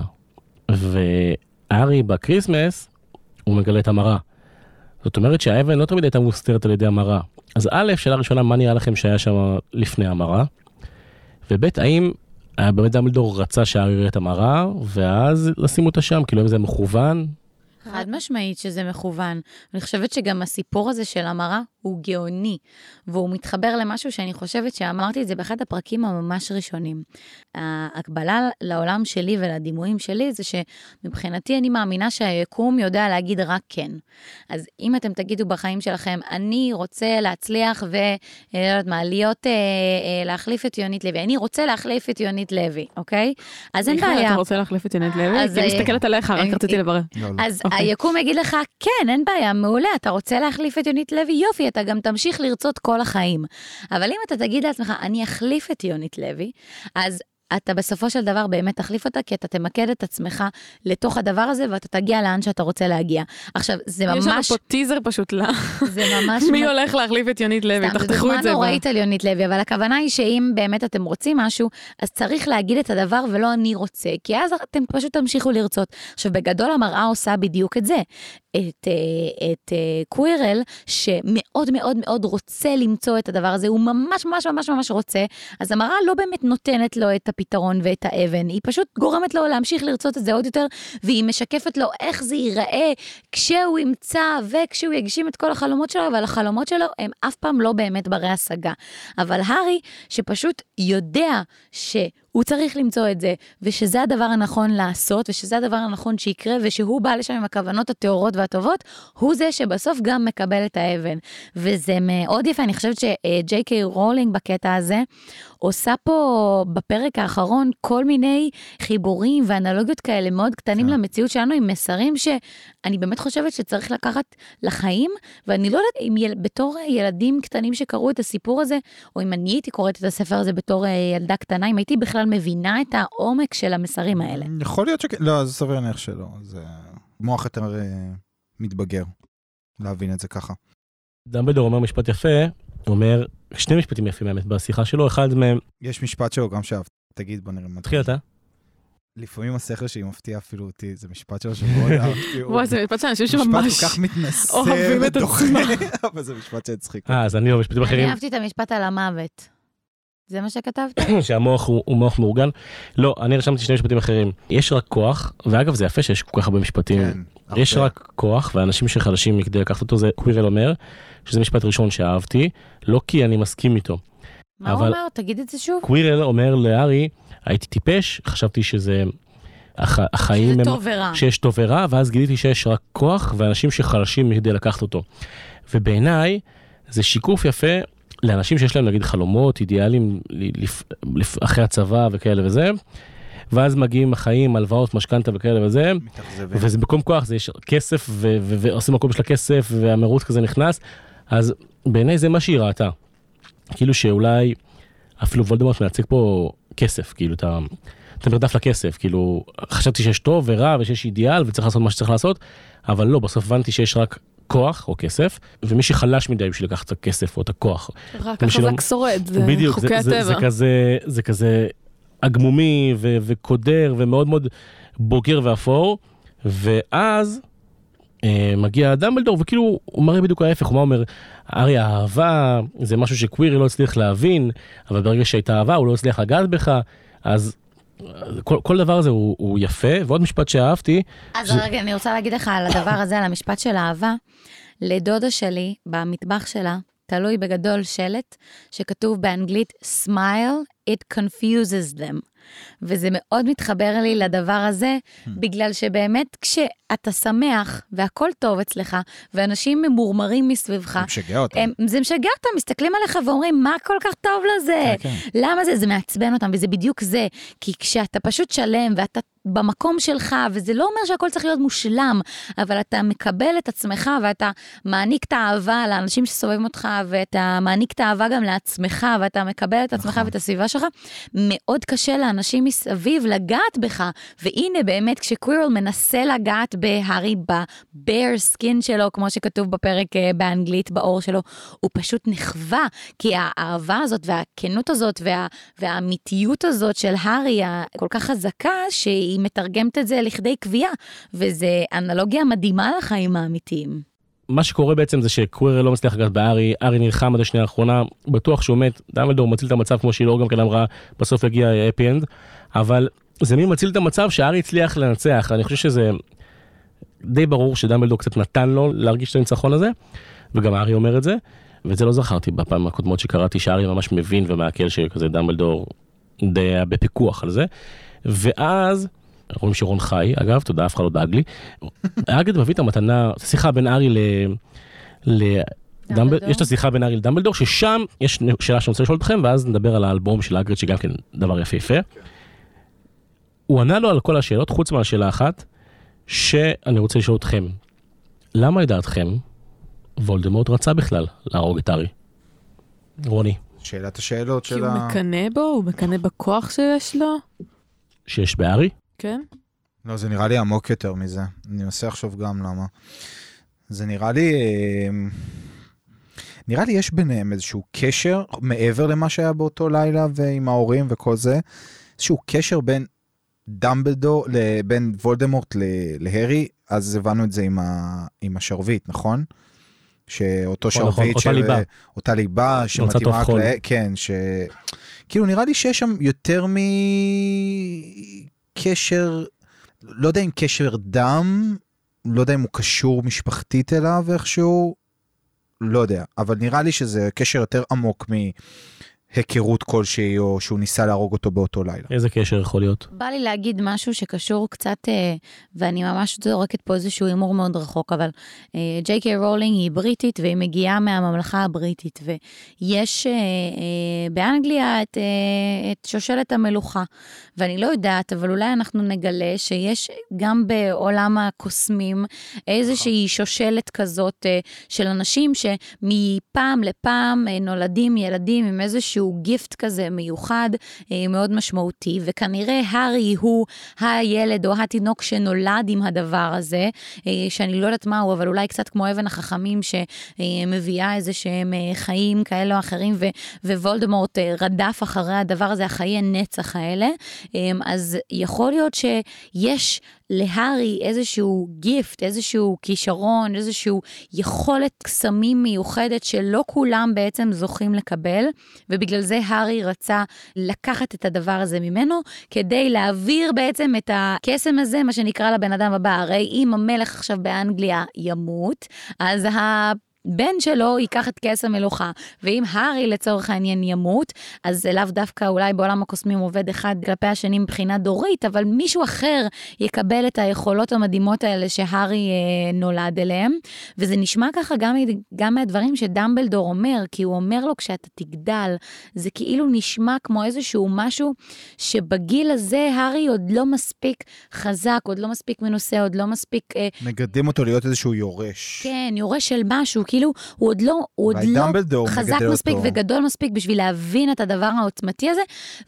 והארי בקריסמס, הוא מגלה את המראה. זאת אומרת שהאבן לא תמיד הייתה מוסתרת על ידי המראה. אז א', שאלה ראשונה, מה נראה לכם שהיה שם לפני המראה? וב', האם באמת דמבלדור רצה שהארי יראה את המראה, ואז לשים אותה שם, כאילו אם זה מכוון? חד משמעית שזה מכוון. אני חושבת שגם הסיפור הזה של המראה הוא גאוני, והוא מתחבר למשהו שאני חושבת שאמרתי את זה באחד הפרקים הממש ראשונים. ההקבלה לעולם שלי ולדימויים שלי זה שמבחינתי אני מאמינה שהיקום יודע להגיד רק כן. אז אם אתם תגידו בחיים שלכם, אני רוצה להצליח להחליף את יונית לוי. אני רוצה להחליף את יונית לוי, אוקיי? אז אין בעיה. אתה רוצה להחליף את יונית לוי? כי מסתכלת עליך, רק רציתי לברר. אז היקום יגיד לך, כן, אין בעיה, מעולה, אתה רוצה להחליף את יונית לוי? יופי, אתה גם תמשיך לרצות כל החיים. אבל אם אתה תגיד לעצמך, אני אחליף את יונית לוי, אז אתה בסופו של דבר באמת תחליף אותה, כי אתה תמקד את עצמך לתוך הדבר הזה, ואתה תגיע לאן שאתה רוצה להגיע. עכשיו, זה ממש... יש לנו פה טיזר פשוט לה. זה ממש... מי הולך להחליף את יונית לוי? תחתכו את זה. זה נוראית על יונית לוי, אבל הכוונה היא שאם באמת אתם רוצים משהו, אז צריך להגיד את הדבר ולא אני רוצה, כי אז אתם פשוט תמשיכו לרצות. עכשיו, בגדול המראה עושה בדיוק את זה. את קווירל, שמאוד מאוד מאוד רוצה למצוא את הדבר הזה, הוא ממש ממש ממש ממש רוצה, אז המראה לא באמת נותנת לו את הפתרון ואת האבן, היא פשוט גורמת לו להמשיך לרצות את זה עוד יותר, והיא משקפת לו איך זה ייראה כשהוא ימצא וכשהוא יגשים את כל החלומות שלו, אבל החלומות שלו הם אף פעם לא באמת ברי השגה. אבל הארי, שפשוט יודע שהוא צריך למצוא את זה, ושזה הדבר הנכון לעשות, ושזה הדבר הנכון שיקרה, ושהוא בא לשם עם הכוונות התיאורות והטובות, הוא זה שבסוף גם מקבל את האבן. וזה מאוד יפה, אני חושבת שג'יי קיי רולינג בקטע הזה, עושה פה בפרק האחרון כל מיני חיבורים ואנלוגיות כאלה מאוד קטנים למציאות שלנו, עם מסרים שאני באמת חושבת שצריך לקחת לחיים, ואני לא יודעת אם בתור ילדים קטנים שקראו את הסיפור הזה, או אם אני הייתי קוראת את הספר הזה בתור ילדה קטנה, אם הייתי בכלל מבינה את העומק של המסרים האלה. יכול להיות שכן, לא, זה סביר נח שלא, זה מוח יותר מתבגר, להבין את זה ככה. דמבלדור אומר משפט יפה, הוא אומר שני משפטים יפים באמת בשיחה שלו, אחד מהם... יש משפט שלו גם שאהבת, תגיד בוא נראה. תתחיל אתה. לפעמים השכל שהיא מפתיע אפילו אותי, זה משפט שלו שמאוד אהבתי. וואי, זה משפט שאנשים שממש... משפט כל כך מתנסה אוהבים את עצמם. אבל זה משפט שהצחיק. אז אני לא משפטים אחרים. אני אהבתי את המשפט על המוות. זה מה שכתבת? שהמוח הוא מוח מאורגן. לא, אני רשמתי שני משפטים אחרים. יש רק כוח, ואגב זה יפה שיש כל כך הרבה משפטים. יש רק כוח, ואנשים שחלשים מכדי לקחת אותו, זה קווירל אומר, שזה משפט ראשון שאהבתי, לא כי אני מסכים איתו. מה הוא אומר? תגיד את זה שוב. קווירל אומר לארי, הייתי טיפש, חשבתי שזה החיים שזה טוב ורע. שיש טוב ורע, ואז גיליתי שיש רק כוח, ואנשים שחלשים מכדי לקחת אותו. ובעיניי, זה שיקוף יפה לאנשים שיש להם נגיד חלומות, אידיאלים אחרי הצבא וכאלה וזה, ואז מגיעים החיים, הלוואות, משכנתה וכאלה וזה, וזה במקום כוח, זה יש כסף, ועושים מקום של הכסף, והמרוץ כזה נכנס, אז בעיניי זה מה שהיא ראתה. כאילו שאולי אפילו וולדמורט מייצג פה כסף, כאילו אתה מרדף לכסף, כאילו חשבתי שיש טוב ורע ושיש אידיאל וצריך לעשות מה שצריך לעשות, אבל לא, בסוף הבנתי שיש רק כוח או כסף, ומי שחלש מדי בשביל לקחת את הכסף או את הכוח. רק החזק שורד, זה חוקי הטבע. זה כזה אגמומי וקודר ומאוד מאוד בוגר ואפור, ואז מגיע דמבלדור, וכאילו הוא מראה בדיוק ההפך, הוא אומר, ארי האהבה זה משהו שקווירי לא הצליח להבין, אבל ברגע שהייתה אהבה הוא לא הצליח לגעת בך, אז כל דבר הזה הוא יפה, ועוד משפט שאהבתי. אז רגע, אני רוצה להגיד לך על הדבר הזה, על המשפט של האהבה. לדודה שלי, במטבח שלה, תלוי בגדול שלט, שכתוב באנגלית, smile, it confuses them. וזה מאוד מתחבר לי לדבר הזה, בגלל שבאמת כשאתה שמח, והכל טוב אצלך, ואנשים ממורמרים מסביבך, זה משגע אותם, מסתכלים עליך ואומרים, מה כל כך טוב לזה? למה זה? זה מעצבן אותם, וזה בדיוק זה. כי כשאתה פשוט שלם, ואתה במקום שלך, וזה לא אומר שהכל צריך להיות מושלם, אבל אתה מקבל את עצמך, ואתה מעניק את האהבה לאנשים שסובבים אותך, ואתה מעניק את האהבה גם לעצמך, ואתה מקבל את עצמך ואת הסביבה שלך, מאוד קשה לאנשים מסביב לגעת בך, והנה באמת כשקווירל מנסה לגעת בהארי בביר סקין שלו, כמו שכתוב בפרק באנגלית באור שלו, הוא פשוט נחווה, כי האהבה הזאת והכנות הזאת והאמיתיות הזאת של הארי כל כך חזקה, שהיא מתרגמת את זה לכדי קביעה, וזה אנלוגיה מדהימה לחיים האמיתיים. מה שקורה בעצם זה שקווירל לא מצליח לגעת בהארי, הארי נלחם עד השנייה האחרונה, בטוח שהוא מת, דמבלדור מציל את המצב כמו שהיא לא גם כן אמרה, בסוף הגיע האפי אנד, אבל זה מי מציל את המצב שהארי הצליח לנצח, אני חושב שזה די ברור שדמבלדור קצת נתן לו להרגיש את הניצחון הזה, וגם הארי אומר את זה, ואת זה לא זכרתי בפעם הקודמות שקראתי שהארי ממש מבין ומעכל שכזה דמבלדור די היה בפיקוח על זה, ואז רואים שרון חי, אגב, תודה, אף אחד לא דאג לי. אגד מביא את המתנה, שיחה בין ארי לדמבלדור, יש את השיחה בין ארי לדמבלדור, ששם יש שאלה שאני רוצה לשאול אתכם, ואז נדבר על האלבום של אגריד, שגם כן דבר יפה. הוא ענה לו על כל השאלות, חוץ מהשאלה אחת, שאני רוצה לשאול אתכם, למה לדעתכם וולדמורט רצה בכלל להרוג את ארי? רוני. שאלת השאלות של כי הוא מקנה בו, הוא מקנה בכוח שיש לו. שיש בארי? כן. לא, זה נראה לי עמוק יותר מזה. אני מנסה לחשוב גם למה. זה נראה לי יש ביניהם איזשהו קשר, מעבר למה שהיה באותו לילה ועם ההורים וכל זה, איזשהו קשר בין דמבלדור, בין וולדמורט להרי, אז הבנו את זה עם השרביט, נכון? שאותו שרביט, אותה ליבה שמתאימה, כן, כאילו נראה לי שיש שם יותר מקשר, לא יודע אם קשר דם, לא יודע אם הוא קשור משפחתית אליו איכשהו, לא יודע, אבל נראה לי שזה קשר יותר עמוק מהיכרות כלשהי, או שהוא ניסה להרוג אותו באותו לילה. איזה קשר יכול להיות? בא לי להגיד משהו שקשור קצת, ואני ממש זורקת פה איזשהו אימור מאוד רחוק, אבל ג'יי קיי רולינג היא בריטית, והיא מגיעה מהממלכה הבריטית, ויש באנגליה את שושלת המלוכה, ואני לא יודעת, אבל אולי אנחנו נגלה שיש גם בעולם הקוסמים, איזושהי שושלת כזאת של אנשים שמפעם לפעם נולדים ילדים עם איזשהו גיפט כזה מיוחד, מאוד משמעותי, וכנראה הארי הוא הילד או התינוק שנולד עם הדבר הזה, שאני לא יודעת מהו, אבל אולי קצת כמו אבן החכמים שמביאה איזה שהם חיים כאלה או אחרים, ווולדמורט רדף אחרי הדבר הזה, החיי נצח האלה, אז יכול להיות שיש להרי איזשהו גיפט, איזשהו כישרון, איזשהו יכולת קסמים מיוחדת שלא כולם בעצם זוכים לקבל, ובגלל זה הארי רצה לקחת את הדבר הזה ממנו, כדי להעביר בעצם את הקסם הזה, מה שנקרא לבן אדם הבא. הרי אם המלך עכשיו באנגליה ימות, אז בן שלו ייקח את כס המלוכה, ואם הארי לצורך העניין ימות, אז לאו דווקא אולי בעולם הקוסמים עובד אחד כלפי השני מבחינה דורית, אבל מישהו אחר יקבל את היכולות המדהימות האלה שהארי נולד אליהם, וזה נשמע ככה גם מהדברים שדמבלדור אומר, כי הוא אומר לו כשאתה תגדל, זה כאילו נשמע כמו איזשהו משהו שבגיל הזה הארי עוד לא מספיק חזק, עוד לא מספיק מנוסה, עוד לא מספיק... מגדים אותו להיות איזשהו יורש. כן, יורש של משהו, כאילו הוא עוד לא חזק מספיק וגדול מספיק בשביל להבין את הדבר העוצמתי הזה,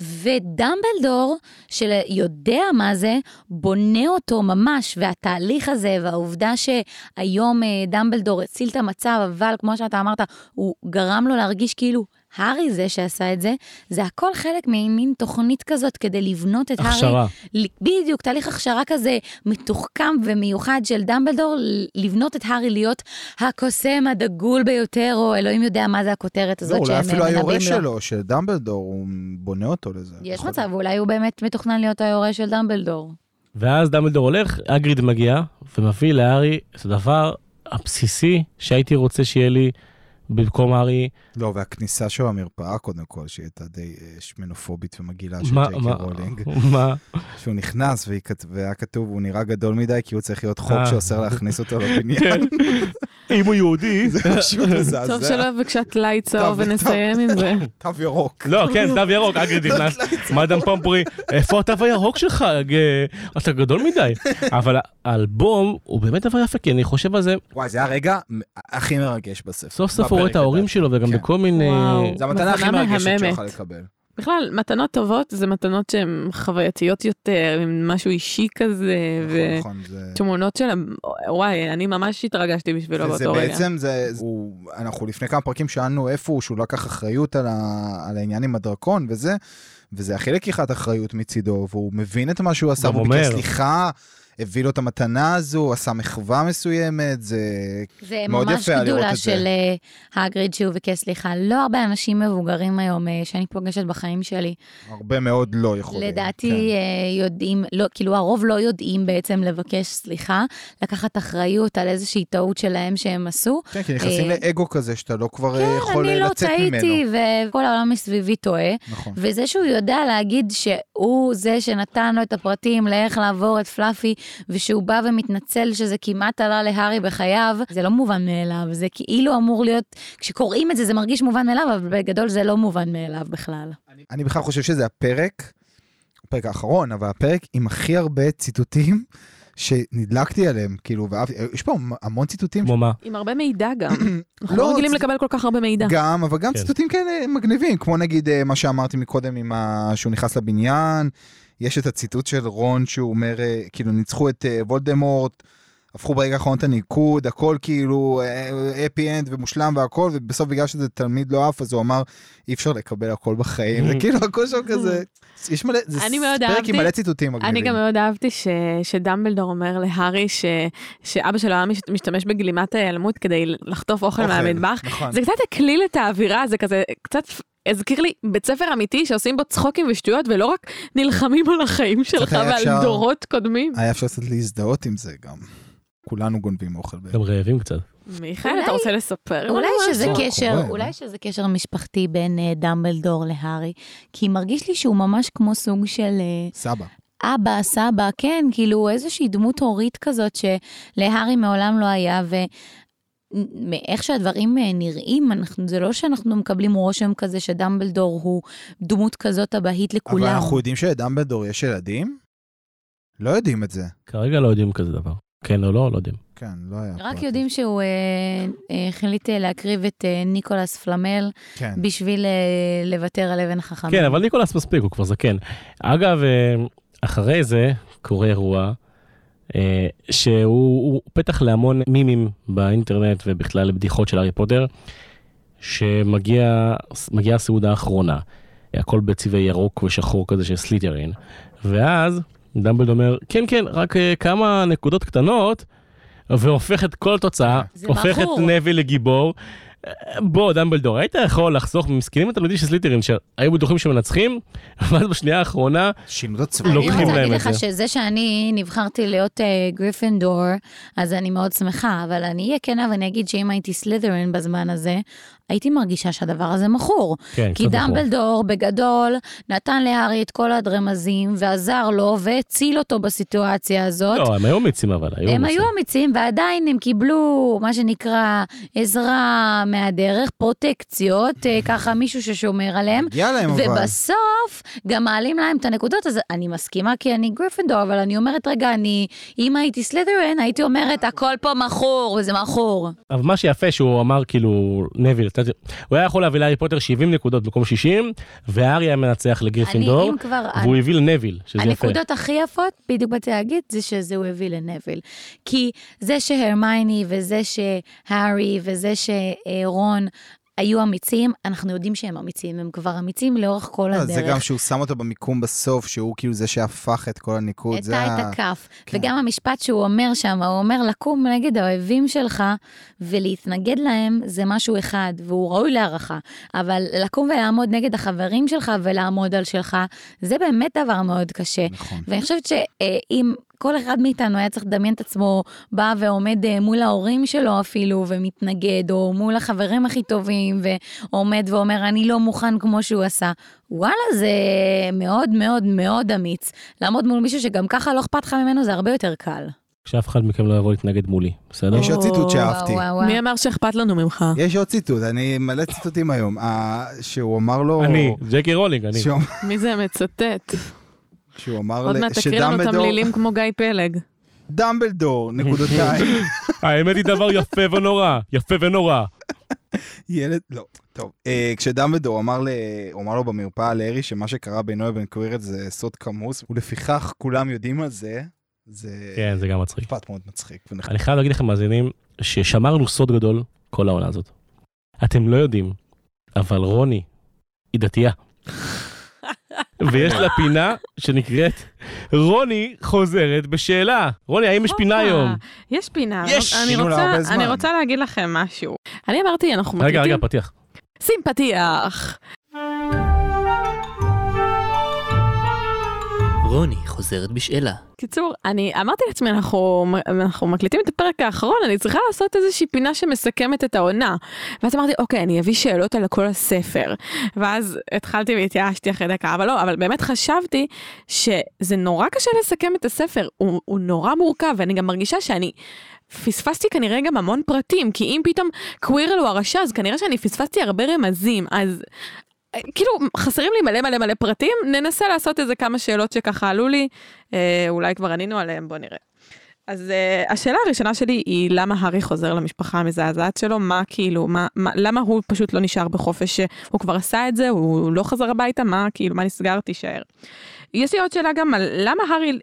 ודמבלדור שיודע מה זה, בונה אותו ממש, והתהליך הזה והעובדה שהיום דמבלדור הציל את המצב, אבל כמו שאתה אמרת, הוא גרם לו להרגיש כאילו הארי זה שעשה את זה, זה הכל חלק ממין תוכנית כזאת כדי לבנות את הכשרה. הארי. בדיוק, תהליך הכשרה כזה מתוחכם ומיוחד של דמבלדור, לבנות את הארי להיות הקוסם הדגול ביותר, או אלוהים יודע מה זה הכותרת הזאת אולי אפילו היורש לו. שלו, של דמבלדור, הוא בונה אותו לזה. יש מצב, אולי הוא באמת מתוכנן להיות היורש של דמבלדור. ואז דמבלדור הולך, אגריד מגיע, ומביא להארי את הדבר הבסיסי שהייתי רוצה שיהיה לי, במקום הארי... לא, והכניסה שלו המרפאה קודם כל, שהיא הייתה די שמנופובית ומגילה של ג'ייקי רולינג. מה? שהוא נכנס והיה כתוב, הוא נראה גדול מדי, כי הוא צריך להיות חוק שאוסר להכניס אותו לבניין. אם הוא יהודי. זה פשוט מזעזע. טוב שלא בבקשה טלאי צהוב ונסיים עם זה. תו ירוק. לא, כן, תו ירוק, אגריד נכנס. מאדם פומפרי, איפה התו הירוק שלך? אתה גדול מדי. אבל האלבום הוא באמת דבר יפה, כי אני חושב על זה... וואי, זה הרגע הכי מרגש בספר. סוף סוף הוא רואה את ההורים שלו, וגם בכל מיני... זה המתנה הכי מרגשת שלך לקבל. בכלל, מתנות טובות זה מתנות שהן חווייתיות יותר, עם משהו אישי כזה, ותמונות של... וואי, אני ממש התרגשתי בשבילו באותו רגע. וזה בעצם, אנחנו לפני כמה פרקים שאלנו איפה הוא, שהוא לקח אחריות על העניין עם הדרקון וזה, וזה הכי לקיחת אחריות מצידו, והוא מבין את מה שהוא עשה, הוא ביקש סליחה, הביא לו את המתנה הזו, עשה מחווה מסוימת, זה מאוד יפה לראות את זה. זה ממש גדולה של הגריד שהוא ביקש סליחה. לא הרבה אנשים מבוגרים היום שאני פוגשת בחיים שלי. הרבה מאוד לא יכולים. לדעתי יודעים, כאילו הרוב לא יודעים בעצם לבקש סליחה, לקחת אחריות על איזושהי טעות שלהם שהם עשו. כן, כי נכנסים לאגו כזה שאתה לא כבר יכול לצאת ממנו. כן, אני לא טעיתי, וכל העולם מסביבי טועה. נכון. וזה שהוא יודע להגיד שהוא זה שנתן לו את הפרטים לאיך לעבור את פלאפי, ושהוא בא ומתנצל שזה כמעט עלה להארי בחייו, זה לא מובן מאליו, זה כאילו אמור להיות, כשקוראים את זה, זה מרגיש מובן מאליו, אבל בגדול זה לא מובן מאליו בכלל. אני בכלל חושב שזה הפרק האחרון, אבל הפרק עם הכי הרבה ציטוטים שנדלקתי עליהם, כאילו, יש פה המון ציטוטים. כמו מה? עם הרבה מידע גם. אנחנו לא רגילים לקבל כל כך הרבה מידע. גם, אבל גם ציטוטים כאלה מגניבים, כמו נגיד מה שאמרתי מקודם, שהוא נכנס לבניין, יש את הציטוט של רון שהוא אומר, כאילו ניצחו את וולדמורט, הפכו ברגע האחרון את הניקוד, הכל כאילו אפי אנד ומושלם והכל, ובסוף בגלל שזה תלמיד לא אף, אז הוא אמר, אי אפשר לקבל הכל בחיים, זה כאילו הכל שם כזה, יש מלא, זה פרק עם מלא ציטוטים מגניבים. אני גם מאוד אהבתי שדמבלדור אומר להארי שאבא שלו היה משתמש בגלימת ההיעלמות כדי לחטוף אוכל מהמטבח, זה קצת הקליל את האווירה, זה כזה קצת... הזכיר לי בית ספר אמיתי שעושים בו צחוקים ושטויות, ולא רק נלחמים על החיים שלך ועל דורות קודמים. היה אפשר קצת להזדהות עם זה גם. כולנו גונבים אוכל. גם רעבים קצת. מיכאל, אתה רוצה לספר? אולי שזה קשר משפחתי בין דמבלדור להארי, כי מרגיש לי שהוא ממש כמו סוג של... סבא. אבא, סבא, כן, כאילו איזושהי דמות הורית כזאת שלהארי מעולם לא היה, מאיך שהדברים נראים, זה לא שאנחנו מקבלים רושם כזה שדמבלדור הוא דמות כזאת הבהית לכולם. אבל אנחנו יודעים שלדמבלדור יש ילדים? לא יודעים את זה. כרגע לא יודעים כזה דבר. כן או לא, לא יודעים. כן, לא היה. רק יודעים שהוא החליט להקריב את ניקולס פלמל, בשביל לוותר על אבן החכמים. כן, אבל ניקולס מספיק, הוא כבר זקן. אגב, אחרי זה קורה אירוע, שהוא פתח להמון מימים באינטרנט ובכלל לבדיחות של הארי פוטר, שמגיעה הסעודה האחרונה, הכל בצבעי ירוק ושחור כזה של סלית'רין, ואז דמבלדור אומר, כן, כן, רק כמה נקודות קטנות, והופך את כל התוצאה, הופך את נביל לגיבור. בוא, דמבלדור, היית יכול לחסוך ממסכנים התלמידים של סלית'רין, שהיו בטוחים שמנצחים, ואז בשנייה האחרונה, לוקחים להם את זה. אני רוצה להגיד לך שזה שאני נבחרתי להיות גריפינדור, אז אני מאוד שמחה, אבל אני אהיה כנה ואני אגיד שאם הייתי סלית'רין בזמן הזה, הייתי מרגישה שהדבר הזה מכור. כי דמבלדור בגדול נתן להארי את כל הדרמזים, ועזר לו והציל אותו בסיטואציה הזאת. לא, הם היו אמיצים אבל. הם היו אמיצים, ועדיין הם קיבלו מה שנקרא עזרה מהדרך, פרוטקציות, ככה מישהו ששומר עליהם. ובסוף גם מעלים להם את הנקודות, אז אני מסכימה כי אני גריפינדור, אבל אני אומרת רגע, אם הייתי סלית'רין, הייתי אומרת הכל פה מכור, וזה מכור. אבל מה שיפה שהוא אמר כאילו נביל, הוא היה יכול להביא להארי פוטר 70 נקודות במקום 60, והארי היה מנצח לגריפינדור, והוא הביא לנביל, שזה יפה. הנקודות הכי יפות, בדיוק באתי להגיד, זה שזה הוא הביא לנביל. כי זה שהרמייני, וזה שהארי, וזה שרון, היו אמיצים, אנחנו יודעים שהם אמיצים, הם כבר אמיצים לאורך כל הדרך. זה גם שהוא שם אותו במיקום בסוף, שהוא כאילו זה שהפך את כל הניקוד. את הכף. וגם המשפט שהוא אומר שם, הוא אומר לקום נגד האויבים שלך, ולהתנגד להם זה משהו אחד, והוא ראוי להערכה. אבל לקום ולעמוד נגד החברים שלך, ולעמוד על שלך, זה באמת דבר מאוד קשה. נכון. ואני חושבת שאם כל אחד מאיתנו היה צריך לדמיין את עצמו, בא ועומד מול ההורים שלו אפילו, ומתנגד, או מול החברים הכי טובים, ועומד ואומר, אני לא מוכן כמו שהוא עשה. וואלה, זה מאוד מאוד מאוד אמיץ. לעמוד מול מישהו שגם ככה לא אכפת לך ממנו, זה הרבה יותר קל. שאף אחד מכם לא יבוא להתנגד מולי, בסדר? יש עוד ציטוט שאהבתי. מי אמר שאכפת לנו ממך? יש עוד ציטוט, אני מלא ציטוטים היום. שהוא אמר לו... אני, ג'קי רולינג, אני. מי זה מצטט? שהוא אמר עוד מעט תקריא לנו את המילים כמו גיא פלג. דמבלדור, נקודותיים. האמת היא דבר יפה ונורא, יפה ונורא. ילד, לא, טוב. כשדמבלדור אמר לו במרפאה להארי שמה שקרה בינו לבין קווירל זה סוד כמוס, ולפיכך כולם יודעים על זה, כן, זה גם מצחיק. משפט מאוד מצחיק. אני חייב להגיד לכם מאזינים, ששמרנו סוד גדול כל העונה הזאת. אתם לא יודעים, אבל רוני היא דתייה. ויש לה פינה שנקראת רוני חוזרת בשאלה. רוני, האם יש פינה היום? יש פינה. יש! אני רוצה להגיד לכם משהו. אני אמרתי, אנחנו מקליטים... רגע, פתיח. שים פתיח. רוני חוזרת בשאלה. קיצור, אני אמרתי לעצמי, אנחנו מקליטים את הפרק האחרון, אני צריכה לעשות איזושהי פינה שמסכמת את העונה. ואז אמרתי, אוקיי, אני אביא שאלות על כל הספר. ואז התחלתי והתייאשתי אחרי דקה, אבל לא, אבל באמת חשבתי שזה נורא קשה לסכם את הספר, הוא נורא מורכב, ואני גם מרגישה שאני פספסתי כנראה גם המון פרטים, כי אם פתאום קווירל הוא הרשע, אז כנראה שאני פספסתי הרבה רמזים, אז... כאילו, חסרים לי מלא פרטים, ננסה לעשות איזה כמה שאלות שככה עלו לי, אולי כבר ענינו עליהם, בוא נראה. אז השאלה הראשונה שלי היא, למה הארי חוזר למשפחה המזעזעת שלו? למה הוא פשוט לא נשאר בחופש? הוא כבר עשה את זה, הוא לא חזר הביתה, מה נסגר? תישאר. יש לי עוד שאלה גם על למה הארי...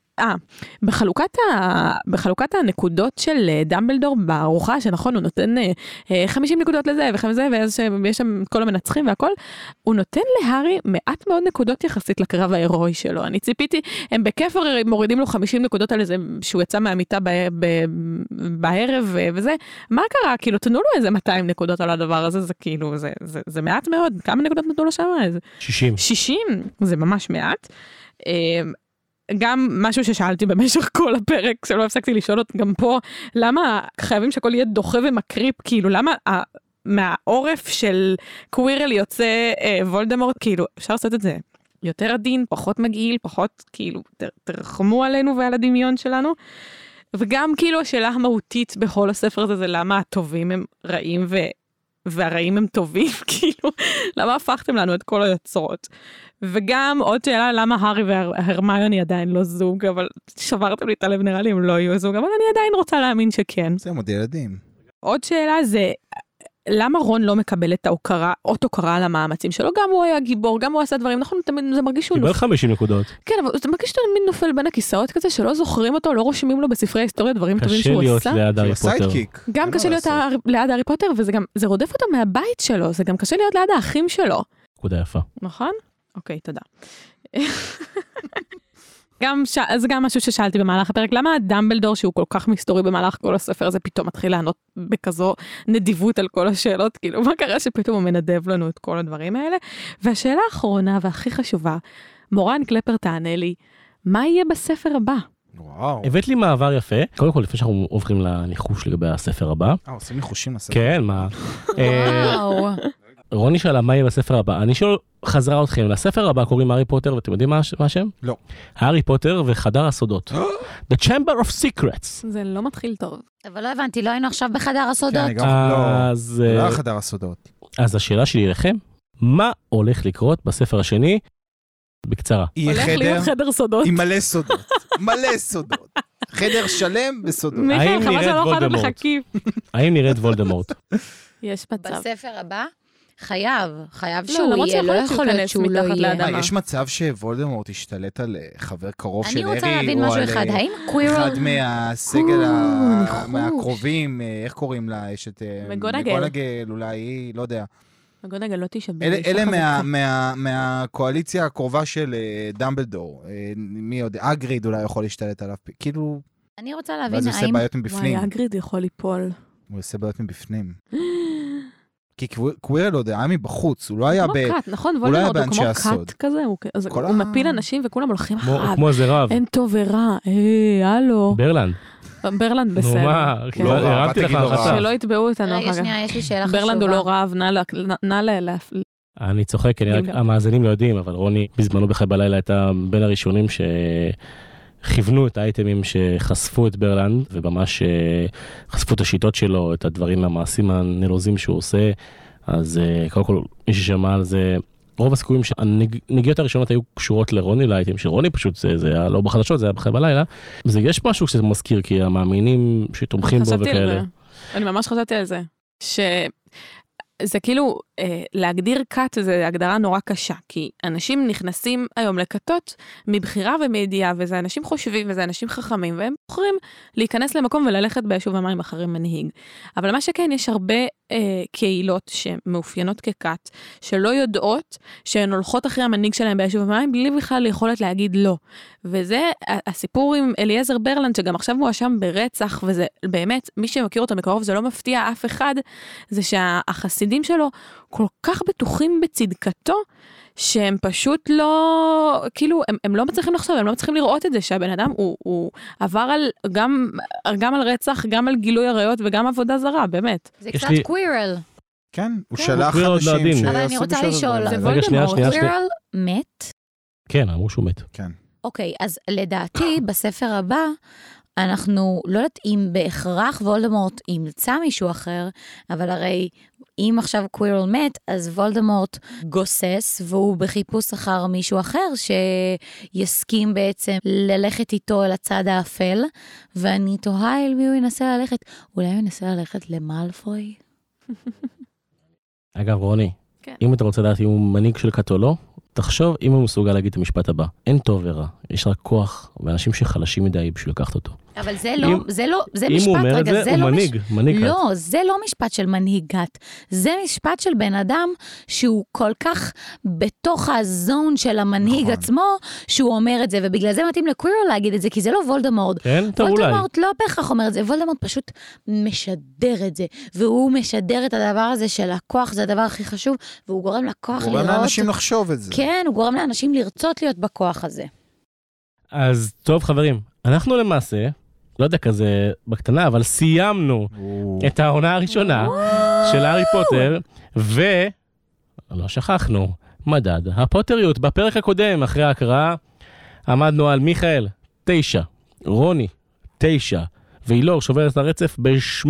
בחלוקת הנקודות של דמבלדור בארוחה, שנכון, הוא נותן 50 נקודות לזה ו50 ואז שיש שם כל המנצחים והכל, הוא נותן להארי מעט מאוד נקודות יחסית לקרב ההירואי שלו. אני ציפיתי, הם בכיף מורידים לו 50 נקודות על איזה שהוא יצא מהמיטה בערב וזה. מה קרה? כאילו, תנו לו איזה 200 נקודות על הדבר הזה, זה כאילו, זה מעט מאוד. כמה נקודות נתנו לו שם? 60. 60? זה ממש מעט. גם משהו ששאלתי במשך כל הפרק, שלא הפסקתי לשאול אותי גם פה, למה חייבים שהכל יהיה דוחה ומקריפ, כאילו, למה מהעורף של קווירל יוצא וולדמורט, כאילו, אפשר לעשות את זה יותר עדין, פחות מגעיל, פחות, כאילו, תרחמו עלינו ועל הדמיון שלנו, וגם כאילו השאלה המהותית בכל הספר הזה, זה למה הטובים הם רעים והרעים הם טובים, כאילו, למה הפכתם לנו את כל היוצרות? וגם עוד שאלה, למה הארי והרמיוני עדיין לא זוג, אבל שברתם לי את הלב, נראה לי הם לא יהיו זוג, אבל אני עדיין רוצה להאמין שכן. זה עוד ילדים. עוד שאלה זה, למה רון לא מקבל את ההוקרה, אות הוקרה על המאמצים שלו? גם הוא היה גיבור, גם הוא עשה דברים, נכון, תמיד זה מרגיש שהוא קיבל 50 נקודות. כן, אבל זה מרגיש שהוא תמיד נופל בין הכיסאות כזה, שלא זוכרים אותו, לא רושמים לו בספרי ההיסטוריה דברים טובים שהוא עשה. קשה להיות ליד הארי פוטר. גם קשה להיות ליד הארי פוטר, וזה גם, זה רודף אותו מהבית שלו, זה גם קשה להיות ליד האחים שלו. נקודה יפה. נכון? אוקיי, תודה. זה גם משהו ששאלתי במהלך הפרק, למה דמבלדור שהוא כל כך מסתורי במהלך כל הספר הזה, פתאום מתחיל לענות בכזו נדיבות על כל השאלות, כאילו מה קרה שפתאום הוא מנדב לנו את כל הדברים האלה? והשאלה האחרונה והכי חשובה, מורן קלפר תענה לי, מה יהיה בספר הבא? וואו. הבאת לי מעבר יפה. קודם כל, לפני שאנחנו עוברים לניחוש לגבי הספר הבא. עושים ניחושים לספר. כן, מה? וואו. רוני שאלה מה יהיה בספר הבא. אני שואל חזרה אתכם. לספר הבא קוראים הארי פוטר, ואתם יודעים מה השם? לא. הארי פוטר וחדר הסודות. The Chamber of Secrets. זה לא מתחיל טוב. אבל לא הבנתי, לא היינו עכשיו בחדר הסודות? כן, אני גם לא. אז לא חדר הסודות. אז השאלה שלי לכם, מה הולך לקרות בספר השני? בקצרה. הולך להיות חדר סודות. עם מלא סודות. מלא סודות. חדר שלם בסודות. מיכאל, חבל שלא חדר מחכים. האם נראית וולדמורט? יש מצב. בספר הבא? חייב לא, שהוא למרות יהיה, לא שיכול להיות יכול להיות שהוא לא מתחת יהיה. לאדמה. יש מצב שוולדמורט ישתלט על חבר קרוב של אני הארי, רוצה להבין או משהו על אחד, האם קווירל... אחד מהסגל ניחוש. מהקרובים, איך קוראים לה? יש את מגונגל. אולי היא, לא יודע. מגונגל לא תשבר. אלה מהקואליציה הקרובה של דמבלדור. מי יודע, אגריד אולי יכול להשתלט עליו. כאילו, אני רוצה להבין ואז הוא עושה האם... בעיות מבפנים. וואי, אגריד יכול ליפול. הוא עושה בעיות מבפנים. כי קווירל לא יודע, היה מבחוץ, הוא לא היה כמו קאט, נכון? הוא לא היה וולדמורט הוא כמו באנשי הסוד. קאט כזה, הוא מפיל אנשים וכולם הולכים אחריו. כמו איזה רב. אין טוב ורע, הלו. ברלנד. ברלנד בסדר. נו מה, כן. לא רע, הרמתי לך תגיד לו רע. החלטה. שלא יתבעו אותנו רגע, אחר כך. שנייה, יש לי שאלה חשובה. ברלנד הוא לא רב, נא אני צוחק, כי המאזינים לא יודעים, אבל רוני בזמנו בחי בלילה הייתה בין הראשונים שכיוונו את האייטמים שחשפו את ברלנד, וממש חשפו את השיטות שלו, את הדברים המעשים הנלוזים שהוא עושה. אז קודם כל, מי ששמע על זה, רוב הסיכויים שהנגיעות הראשונות היו קשורות לרוני, לאייטם של רוני, פשוט זה היה לא בחדשות, זה היה בחי בלילה. יש משהו שזה מזכיר, כי המאמינים שתומכים בו וכאלה. אני ממש חשבתי על זה. זה כאילו, להגדיר קאט זה הגדרה נורא קשה, כי אנשים נכנסים היום לקאטות מבחירה ומידיעה, וזה אנשים חושבים, וזה אנשים חכמים, והם בוחרים להיכנס למקום וללכת ביישוב המים אחרי מנהיג. אבל מה שכן, יש הרבה קהילות שמאופיינות כקאט, שלא יודעות שהן הולכות אחרי המנהיג שלהם ביישוב המים, בלי בכלל יכולת להגיד לא. וזה הסיפור עם אליעזר ברלנד, שגם עכשיו הוא אשם ברצח, וזה באמת, מי שמכיר אותו מקרוב, זה לא מפתיע אף אחד, זה שהחסידים שלו כל כך בטוחים בצדקתו, שהם פשוט לא, כאילו, הם לא מצליחים לחשוב, הם לא מצליחים לראות את זה, שהבן אדם הוא עבר על, גם על רצח, גם על גילוי עריות, וגם עבודה זרה, באמת. זה קצת קווירל. כן, הוא שלח אנשים. אבל אני רוצה לשאול, רגע, שנייה. קווירל מת? כן, אמרו שהוא מת. כן. אוקיי, אז לדעתי, בספר הבא, אנחנו לא יודעת אם בהכרח וולדמורט ימצא מישהו אחר, אבל הרי אם עכשיו קווירל מת, אז וולדמורט גוסס, והוא בחיפוש אחר מישהו אחר, שיסכים בעצם ללכת איתו אל הצד האפל, ואני תוהה אל מי הוא ינסה ללכת. אולי הוא ינסה ללכת למלפוי? אגב, רוני, אם אתה רוצה לדעת אם הוא מנהיג של קאט או לא, תחשוב אם הוא מסוגל להגיד את המשפט הבא. אין טוב ורע, יש רק כוח, ואנשים שחלשים מדי בשביל לקחת אותו. אבל זה לא, זה אם משפט, הוא אומר רגע, את זה, הוא מנהיג קאט. לא, זה לא משפט של מנהיג קאט. זה משפט של בן אדם שהוא כל כך בתוך הזון של המנהיג עצמו, שהוא אומר את זה, ובגלל זה מתאים לקווירל להגיד את זה, כי זה לא וולדמורט. כן, טוב אולי. וולדמורט לא בהכרח אומר את זה, וולדמורט פשוט משדר את זה, והוא משדר את הדבר הזה של הכוח, זה הדבר הכי חשוב, והוא גורם לכוח לראות. גורם לאנשים לחשוב את זה. כן, הוא גורם לאנשים לרצות להיות בכוח הזה. אז טוב חברים, אנחנו למעשה, לא יודע כזה בקטנה, אבל סיימנו את העונה הראשונה של הארי פוטר, ולא שכחנו, מדד הפוטריות. בפרק הקודם, אחרי ההקראה, עמדנו על מיכאל 9, רוני 9, ואילור שובר את הרצף ב8.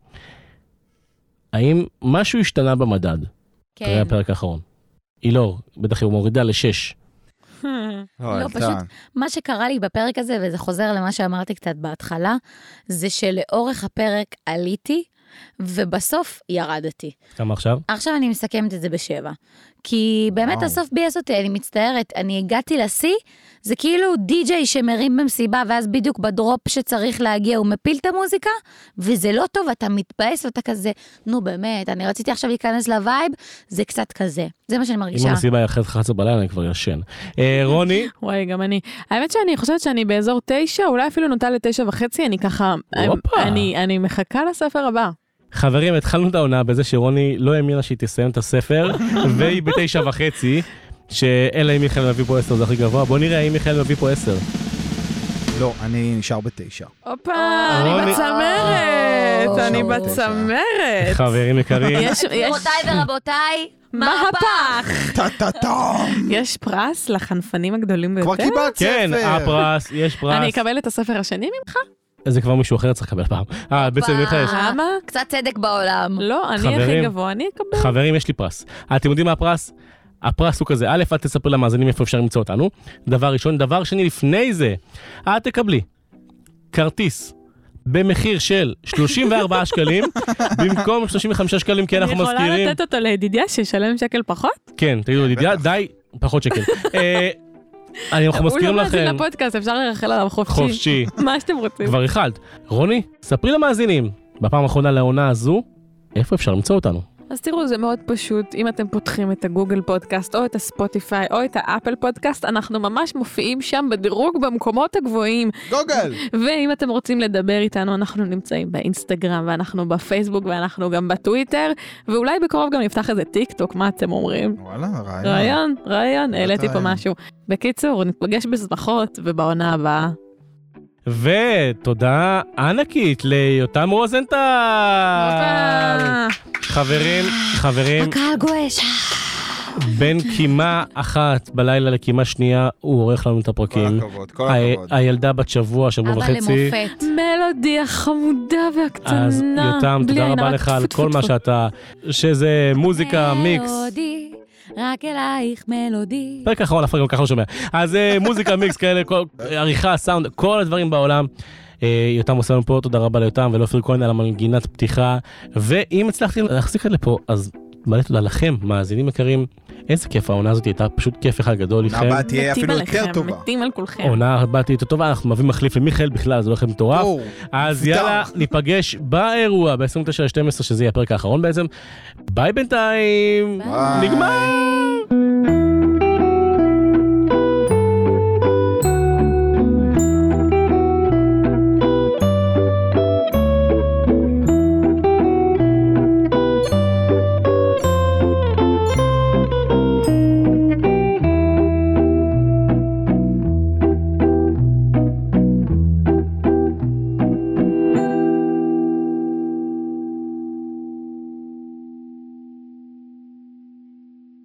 האם משהו השתנה במדד? כן. אחרי הפרק האחרון. אילור, בטח היא מורידה ל6. לא, פשוט מה שקרה לי בפרק הזה, וזה חוזר למה שאמרתי קצת בהתחלה, זה שלאורך הפרק עליתי, ובסוף ירדתי. כמה עכשיו? עכשיו אני מסכמת את זה ב7. כי באמת הסוף ביאס אותי, אני מצטערת, אני הגעתי לשיא, זה כאילו די-ג'יי שמרים במסיבה, ואז בדיוק בדרופ שצריך להגיע, הוא מפיל את המוזיקה, וזה לא טוב, אתה מתבאס ואתה כזה, נו באמת, אני רציתי עכשיו להיכנס לווייב, זה קצת כזה, זה מה שאני מרגישה. אם המסיבה היא אחרי 11 בלילה, אני כבר ישן. רוני? וואי, גם אני. האמת שאני חושבת שאני באזור 9, אולי אפילו נוטה ל9.5, אני ככה, אני מחכה לספר הבא. חברים, התחלנו את העונה בזה שרוני לא האמינה שהיא תסיים את הספר, והיא ב9.5, שאלה אם מיכאל מביא פה 10 זה הכי גבוה. בוא נראה אם מיכאל מביא פה 10. לא, אני נשאר ב9. הופה, אני בצמרת, אני בצמרת. חברים יקרים. גבירותיי ורבותיי, מהפך! טה-טה-טם! יש פרס לחנפנים הגדולים ביותר? כבר קיבלת ספר. כן, הפרס, יש פרס. אני אקבל את הספר השני ממך? זה כבר מישהו אחר צריך לקבל פעם. בעצם מיכאל יש. למה? קצת צדק בעולם. לא, אני הכי גבוה, אני אקבל. חברים, יש לי פרס. אתם יודעים מה הפרס? הפרס הוא כזה, א', את תספר למאזינים איפה אפשר למצוא אותנו. דבר ראשון, דבר שני, לפני זה, את תקבלי כרטיס במחיר של 34 שקלים, במקום 35 שקלים, כי אנחנו מזכירים... אני יכולה לתת אותו לידידיה שישלם שקל פחות? כן, תגידו לידידיה, די, פחות שקל. אנחנו מזכירים לכם... הוא לא מאזין לפודקאסט, אפשר לרחל עליו חופשי. חופשי. מה שאתם רוצים. כבר החלת. רוני, ספרי למאזינים, בפעם האחרונה לעונה הזו, איפה אפשר למצוא אותנו? אז תראו, זה מאוד פשוט, אם אתם פותחים את הגוגל פודקאסט, או את הספוטיפיי, או את האפל פודקאסט, אנחנו ממש מופיעים שם בדירוג במקומות הגבוהים. גוגל! ואם אתם רוצים לדבר איתנו, אנחנו נמצאים באינסטגרם, ואנחנו בפייסבוק, ואנחנו גם בטוויטר, ואולי בקרוב גם נפתח איזה טיק טוק, מה אתם אומרים? וואלה, רעיון. העליתי פה משהו. בקיצור, נתפגש בשמחות, ובעונה הבאה. ותודה ענקית ליותם רוזנטל. חברים, הקהל גואש. בין קימה אחת בלילה לקימה שנייה, הוא עורך לנו את הפרקים. כל הכבוד. הילדה בת שבוע וחצי. אבל למופת. מלודי החמודה והקטנה. אז יותם, תודה רבה לך על כל מה שאתה, שזה מוזיקה, מיקס. מלודי, רק אלייך מלודי. פרק אחרון, אף אחד גם ככה לא שומע. אז מוזיקה, מיקס כאלה, עריכה, סאונד, כל הדברים בעולם. יותם עושה לנו פה, תודה רבה ליותם ולאופיר כהן על המנגינת פתיחה. ואם הצלחתי להחזיק עד לפה, אז מלא תודה לכם, מאזינים יקרים. איזה כיף, העונה הזאת הייתה פשוט כיף אחד גדול איתכם. הבאה תהיה אפילו יותר טובה. מתים על כולכם. העונה הבאה תהיה יותר טובה, אנחנו מביאים מחליף למיכאל בכלל, זה לא לכם מטורף. אז יאללה, ניפגש באירוע ב-29/12, שזה יהיה הפרק האחרון בעצם. ביי בינתיים. נגמר.